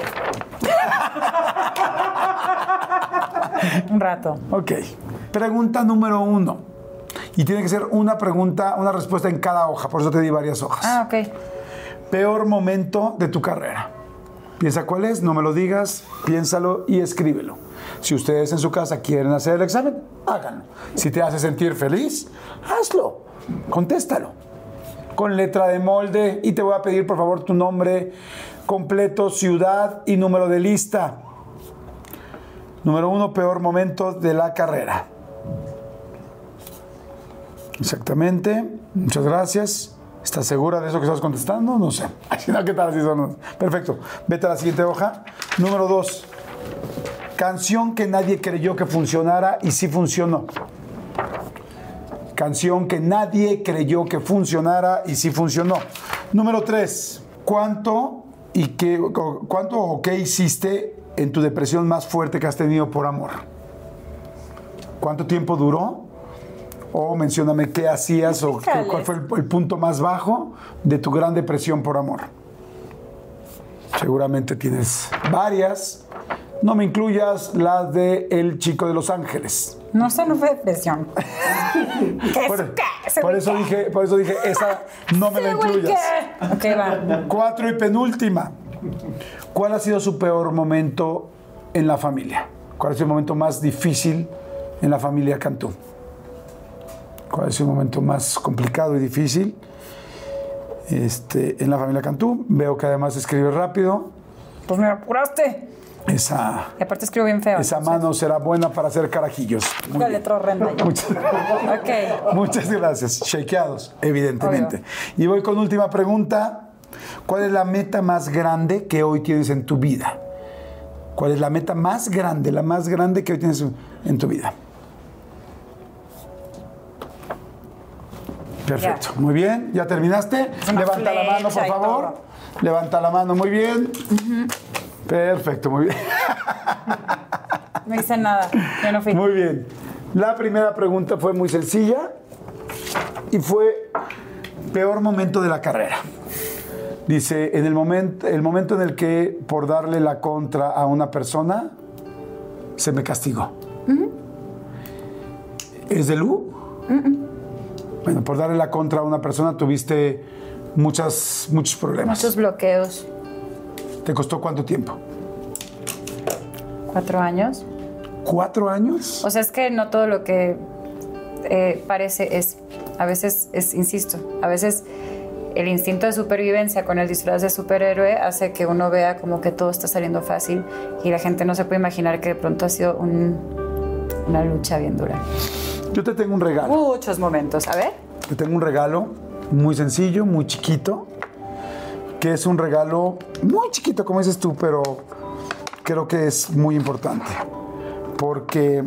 Un rato. Ok. Pregunta número uno. Y tiene que ser una pregunta, una respuesta en cada hoja, por eso te di varias hojas. Ah, ok. Peor momento de tu carrera. Piensa cuál es, no me lo digas, piénsalo y escríbelo. Si ustedes en su casa quieren hacer el examen, háganlo. Si te hace sentir feliz, hazlo. Contéstalo. Con letra de molde y te voy a pedir por favor tu nombre completo, ciudad y número de lista. Número uno, peor momento de la carrera. Exactamente. Muchas gracias. ¿Estás segura de eso que estás contestando? No sé. ¿Qué tal? Así son. Perfecto. Vete a la siguiente hoja. Número dos. Canción que nadie creyó que funcionara y sí funcionó. Canción que nadie creyó que funcionara y sí funcionó. Número tres. ¿Cuánto y qué, cuánto o qué hiciste en tu depresión más fuerte que has tenido por amor? ¿Cuánto tiempo duró? O mencióname qué hacías o qué, cuál fue el, el punto más bajo de tu gran depresión por amor. Seguramente tienes varias. No me incluyas las de El Chico de Los Ángeles. No, eso no fue depresión. por, por, eso dije, por eso dije, esa no me la incluyas. Ok, va. Cuatro y penúltima. ¿Cuál ha sido su peor momento en la familia? ¿Cuál ha sido el momento más difícil en la familia Cantú? ¿Cuál es el momento más complicado y difícil este, en la familia Cantú? Veo que además escribe rápido. Pues me apuraste. Esa, y aparte escribo bien feo. Esa entonces. Mano será buena para hacer carajillos. La letra horrenda. Muchas, okay. Muchas gracias. Shakeados, evidentemente. Obvio. Y voy con última pregunta. ¿Cuál es la meta más grande que hoy tienes en tu vida? ¿Cuál es la meta más grande, la más grande que hoy tienes en tu vida? Perfecto, ya. Muy bien. ¿Ya terminaste? Levanta la mano, por favor. Levanta la mano, muy bien. Uh-huh. Perfecto, muy bien. No hice nada, yo no fui. Muy bien. La primera pregunta fue muy sencilla y fue peor momento de la carrera. Dice, en el momento, el momento en el que por darle la contra a una persona se me castigó. Uh-huh. ¿Es de Lu? Uh-uh. Bueno, por darle la contra a una persona tuviste muchas, muchos problemas. Muchos bloqueos. ¿Te costó cuánto tiempo? Cuatro años. ¿Cuatro años? O sea, es que no todo lo que eh, parece es. A veces es, insisto, a veces el instinto de supervivencia con el disfraz de superhéroe hace que uno vea como que todo está saliendo fácil y la gente no se puede imaginar que de pronto ha sido un, una lucha bien dura. Yo te tengo un regalo. Muchos momentos, a ver. Te tengo un regalo muy sencillo, muy chiquito, que es un regalo muy chiquito, como dices tú, pero creo que es muy importante. Porque...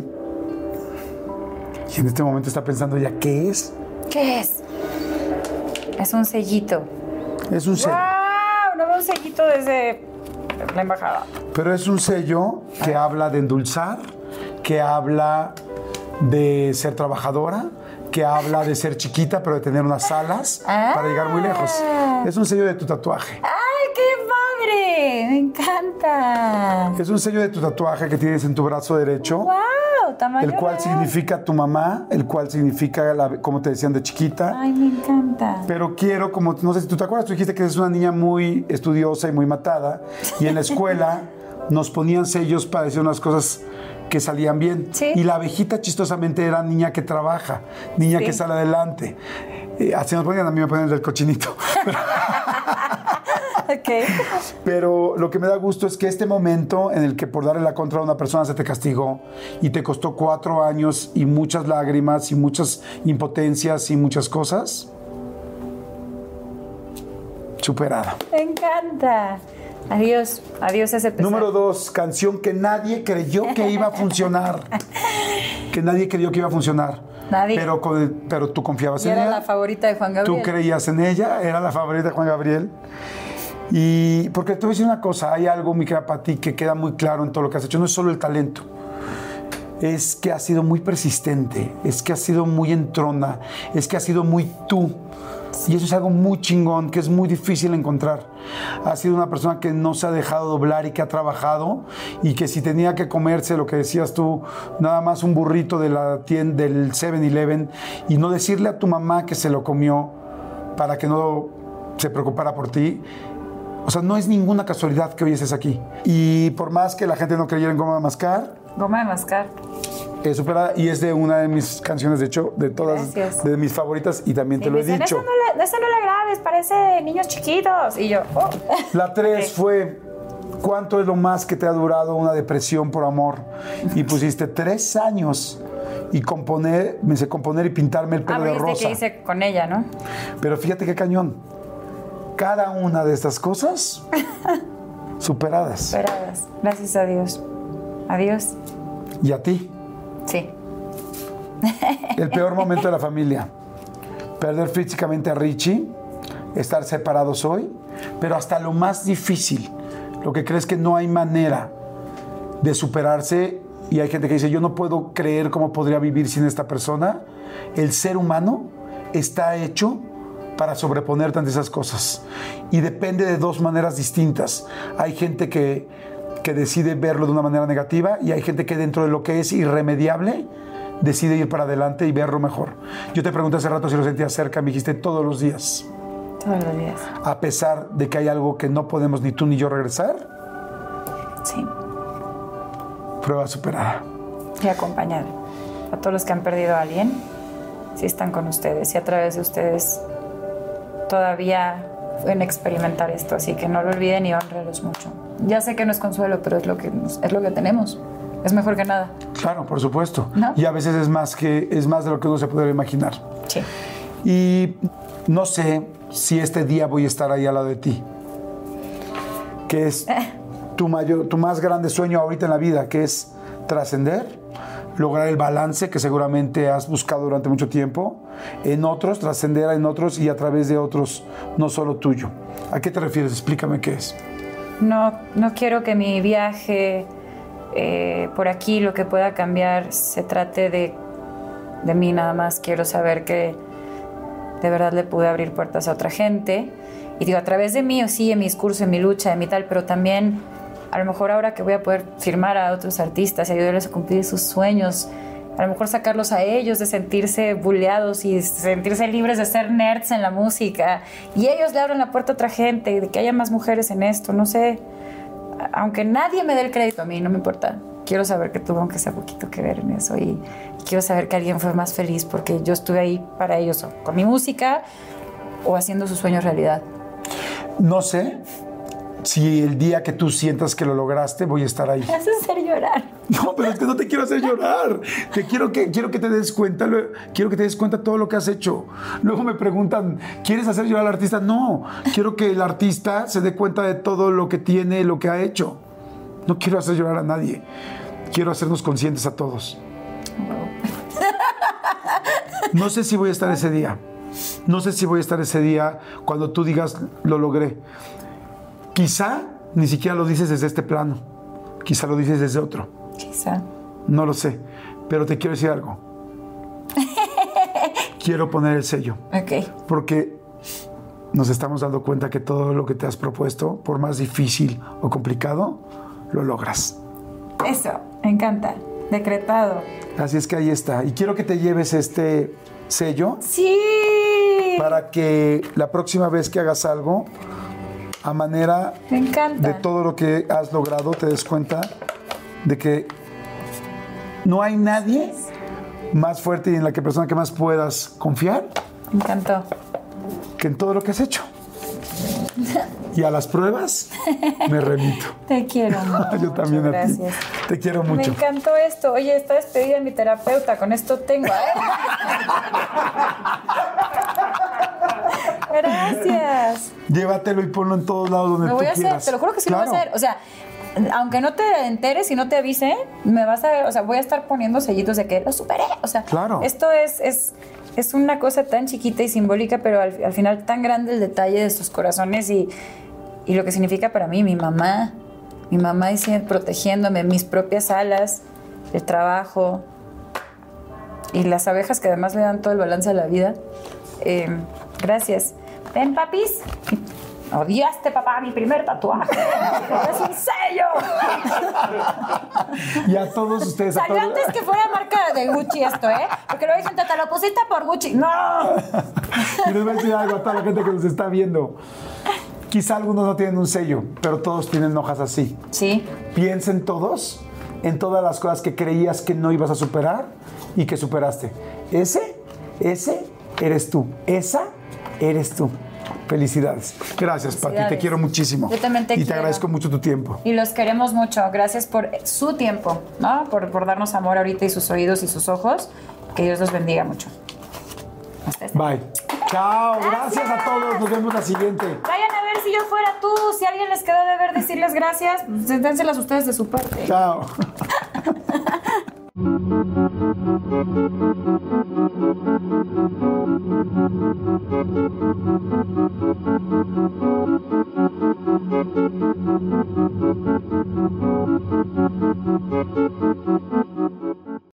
Y en este momento está pensando ya, ¿qué es? ¿Qué es? Es un sellito. Es un sello. ¡Wow! No veo un sellito desde la embajada. Pero es un sello que habla de endulzar, que habla de ser trabajadora, que habla de ser chiquita, pero de tener unas alas ah. para llegar muy lejos. Es un sello de tu tatuaje. ¡Ay, qué padre! Me encanta. Es un sello de tu tatuaje que tienes en tu brazo derecho. ¡Wow! Tamaño El cual real. significa tu mamá, el cual significa, la, como te decían, de chiquita. Ay, me encanta. Pero quiero, como, no sé si tú te acuerdas, tú dijiste que eres una niña muy estudiosa y muy matada. Y en la escuela nos ponían sellos para decir unas cosas que salían bien. Sí. Y la abejita chistosamente era niña que trabaja, niña sí. que sale adelante. Eh, así nos ponían, a mí me ponían el del cochinito. Okay. Pero lo que me da gusto es que este momento en el que por darle la contra a una persona se te castigó y te costó cuatro años y muchas lágrimas y muchas impotencias y muchas cosas, superada. Me encanta. Adiós, adiós ese pesar. Número dos, canción que nadie creyó que iba a funcionar. Que nadie creyó que iba a funcionar. Nadie. Pero, con- pero tú confiabas Y en era ella. la favorita de Juan Gabriel. Tú creías en ella, era la favorita de Juan Gabriel. Y porque te voy a decir una cosa, hay algo, mi querida Pati, que queda muy claro en todo lo que has hecho. No es solo el talento, es que has sido muy persistente, es que has sido muy entrona, es que has sido muy tú. Y eso es algo muy chingón, que es muy difícil encontrar. Has sido una persona que no se ha dejado doblar y que ha trabajado y que si tenía que comerse, lo que decías tú, nada más un burrito de la tienda, del seven eleven y no decirle a tu mamá que se lo comió para que no se preocupara por ti. O sea, no es ninguna casualidad que hoy estés aquí. Y por más que la gente no creyera en Goma de Mascar, Goma de mascar. es superada y es de una de mis canciones, de hecho, de todas, Gracias. de mis favoritas y también Y te lo me he dicen, dicho. Eso no, la, eso no la grabes, parece de niños chiquitos. Y yo, oh. La tres Ok. fue, ¿cuánto es lo más que te ha durado una depresión por amor? Y pusiste tres años y componer, me hice componer y pintarme el pelo Ah, de viste rosa. que hice con ella, ¿no? Pero fíjate qué cañón. Cada una de estas cosas superadas. Esperadas. Gracias a Dios. Adiós. Y a ti, Sí. el peor momento de la familia. Perder físicamente a Richie, estar separados hoy, pero hasta lo más difícil, lo que crees que no hay manera de superarse, y hay gente que dice, yo no puedo creer cómo podría vivir sin esta persona. El ser humano está hecho para sobreponerte ante esas cosas. Y depende de dos maneras distintas. Hay gente que, que decide verlo de una manera negativa y hay gente que dentro de lo que es irremediable decide ir para adelante y verlo mejor. Yo te pregunté hace rato si lo sentías cerca, me dijiste todos los días. Todos los días. A pesar de que hay algo que no podemos ni tú ni yo regresar, Sí. prueba superada. Y acompañar a todos los que han perdido a alguien, si están con ustedes y a través de ustedes todavía pueden experimentar esto, así que no lo olviden y honrenlos mucho. Ya sé que no es consuelo, pero es lo que nos- es lo que tenemos. Es mejor que nada. Claro, por supuesto. ¿No? Y a veces es más, que, es más de lo que uno se puede imaginar. Sí. Y no sé si este día voy a estar ahí al lado de ti. Que es tu, mayor, tu más grande sueño ahorita en la vida, que es trascender, lograr el balance que seguramente has buscado durante mucho tiempo, en otros, trascender en otros y a través de otros, no solo tuyo. ¿A qué te refieres? Explícame qué es. No, no quiero que mi viaje eh, por aquí, lo que pueda cambiar, se trate de, de mí nada más. Quiero saber que de verdad le pude abrir puertas a otra gente. Y digo, a través de mí, o sí, en mi discurso, en mi lucha, en mi tal, pero también a lo mejor ahora que voy a poder firmar a otros artistas y ayudarles a cumplir sus sueños, a lo mejor sacarlos a ellos de sentirse bulleados y sentirse libres de ser nerds en la música. Y ellos le abren la puerta a otra gente, de que haya más mujeres en esto, no sé. Aunque nadie me dé el crédito a mí, no me importa. Quiero saber que tuvo aunque sea poquito que ver en eso y, y quiero saber que alguien fue más feliz porque yo estuve ahí para ellos, o con mi música o haciendo sus sueños realidad. No sé si el día que tú sientas que lo lograste, voy a estar ahí. Me hace hacer llorar. No, pero es que no te quiero hacer llorar. Te quiero que, quiero que te des cuenta, lo- quiero que te des cuenta de todo lo que has hecho. Luego me preguntan, ¿quieres hacer llorar al artista? No, quiero que el artista se dé cuenta de todo lo que tiene, lo que ha hecho. No quiero hacer llorar a nadie. Quiero hacernos conscientes a todos. No sé si voy a estar ese día. No sé si voy a estar ese día cuando tú digas, lo logré. Quizá ni siquiera lo dices desde este plano. Quizá lo dices desde otro. Quizá. No lo sé. Pero te quiero decir algo. Quiero poner el sello. Ok. Porque nos estamos dando cuenta que todo lo que te has propuesto, por más difícil o complicado, lo logras. Eso, me encanta. Decretado. Así es que ahí está. Y quiero que te lleves este sello ¡Sí! para que la próxima vez que hagas algo, a manera Me encanta. de todo lo que has logrado, te des cuenta de que no hay nadie más fuerte y en la que persona que más puedas confiar Me encantó. que en todo lo que has hecho. Y a las pruebas me remito. Te quiero mucho. Yo también a ti. Gracias. Te quiero Me mucho. encantó esto. Oye, está despedida mi terapeuta. Con esto tengo. ¿eh? Gracias. Llévatelo y ponlo en todos lados donde Lo tú voy a hacer, quieras. te lo juro que sí lo Claro. voy a hacer. O sea, aunque no te enteres y no te avise, me vas a ver, o sea, voy a estar poniendo sellitos de que lo superé. O sea, Claro. esto es, es, es una cosa tan chiquita y simbólica, pero al, al final tan grande el detalle de sus corazones y, y lo que significa para mí, mi mamá. Mi mamá dice, protegiéndome, mis propias alas, el trabajo y las abejas que además le dan todo el balance a la vida. Eh, gracias. Ven, papis. Odiaste, papá, mi primer tatuaje. ¡Es un sello! Y a todos ustedes. a Salió todos- antes que fuera marca de Gucci esto, ¿eh? Porque luego dicen, te lo pusiste por Gucci. ¡No! Y les voy a decir algo a toda la gente que nos está viendo. Quizá algunos no tienen un sello, pero todos tienen hojas así. Sí. Piensen todos en todas las cosas que creías que no ibas a superar y que superaste. Ese, ese eres tú. Esa eres tú. Felicidades. Gracias, Pati. Te Felicidades. quiero muchísimo. Yo también te Y te quiero. agradezco mucho tu tiempo. Y los queremos mucho. Gracias por su tiempo, ¿no? Por, por darnos amor ahorita y sus oídos y sus ojos. Que Dios los bendiga mucho. Hasta esta. Bye. Chao. Gracias. Gracias a todos. Nos vemos la siguiente. Vayan a ver si yo fuera tú. Si a alguien les quedó de ver decirles gracias, pues dénselas ustedes de su parte. Chao. Thank you.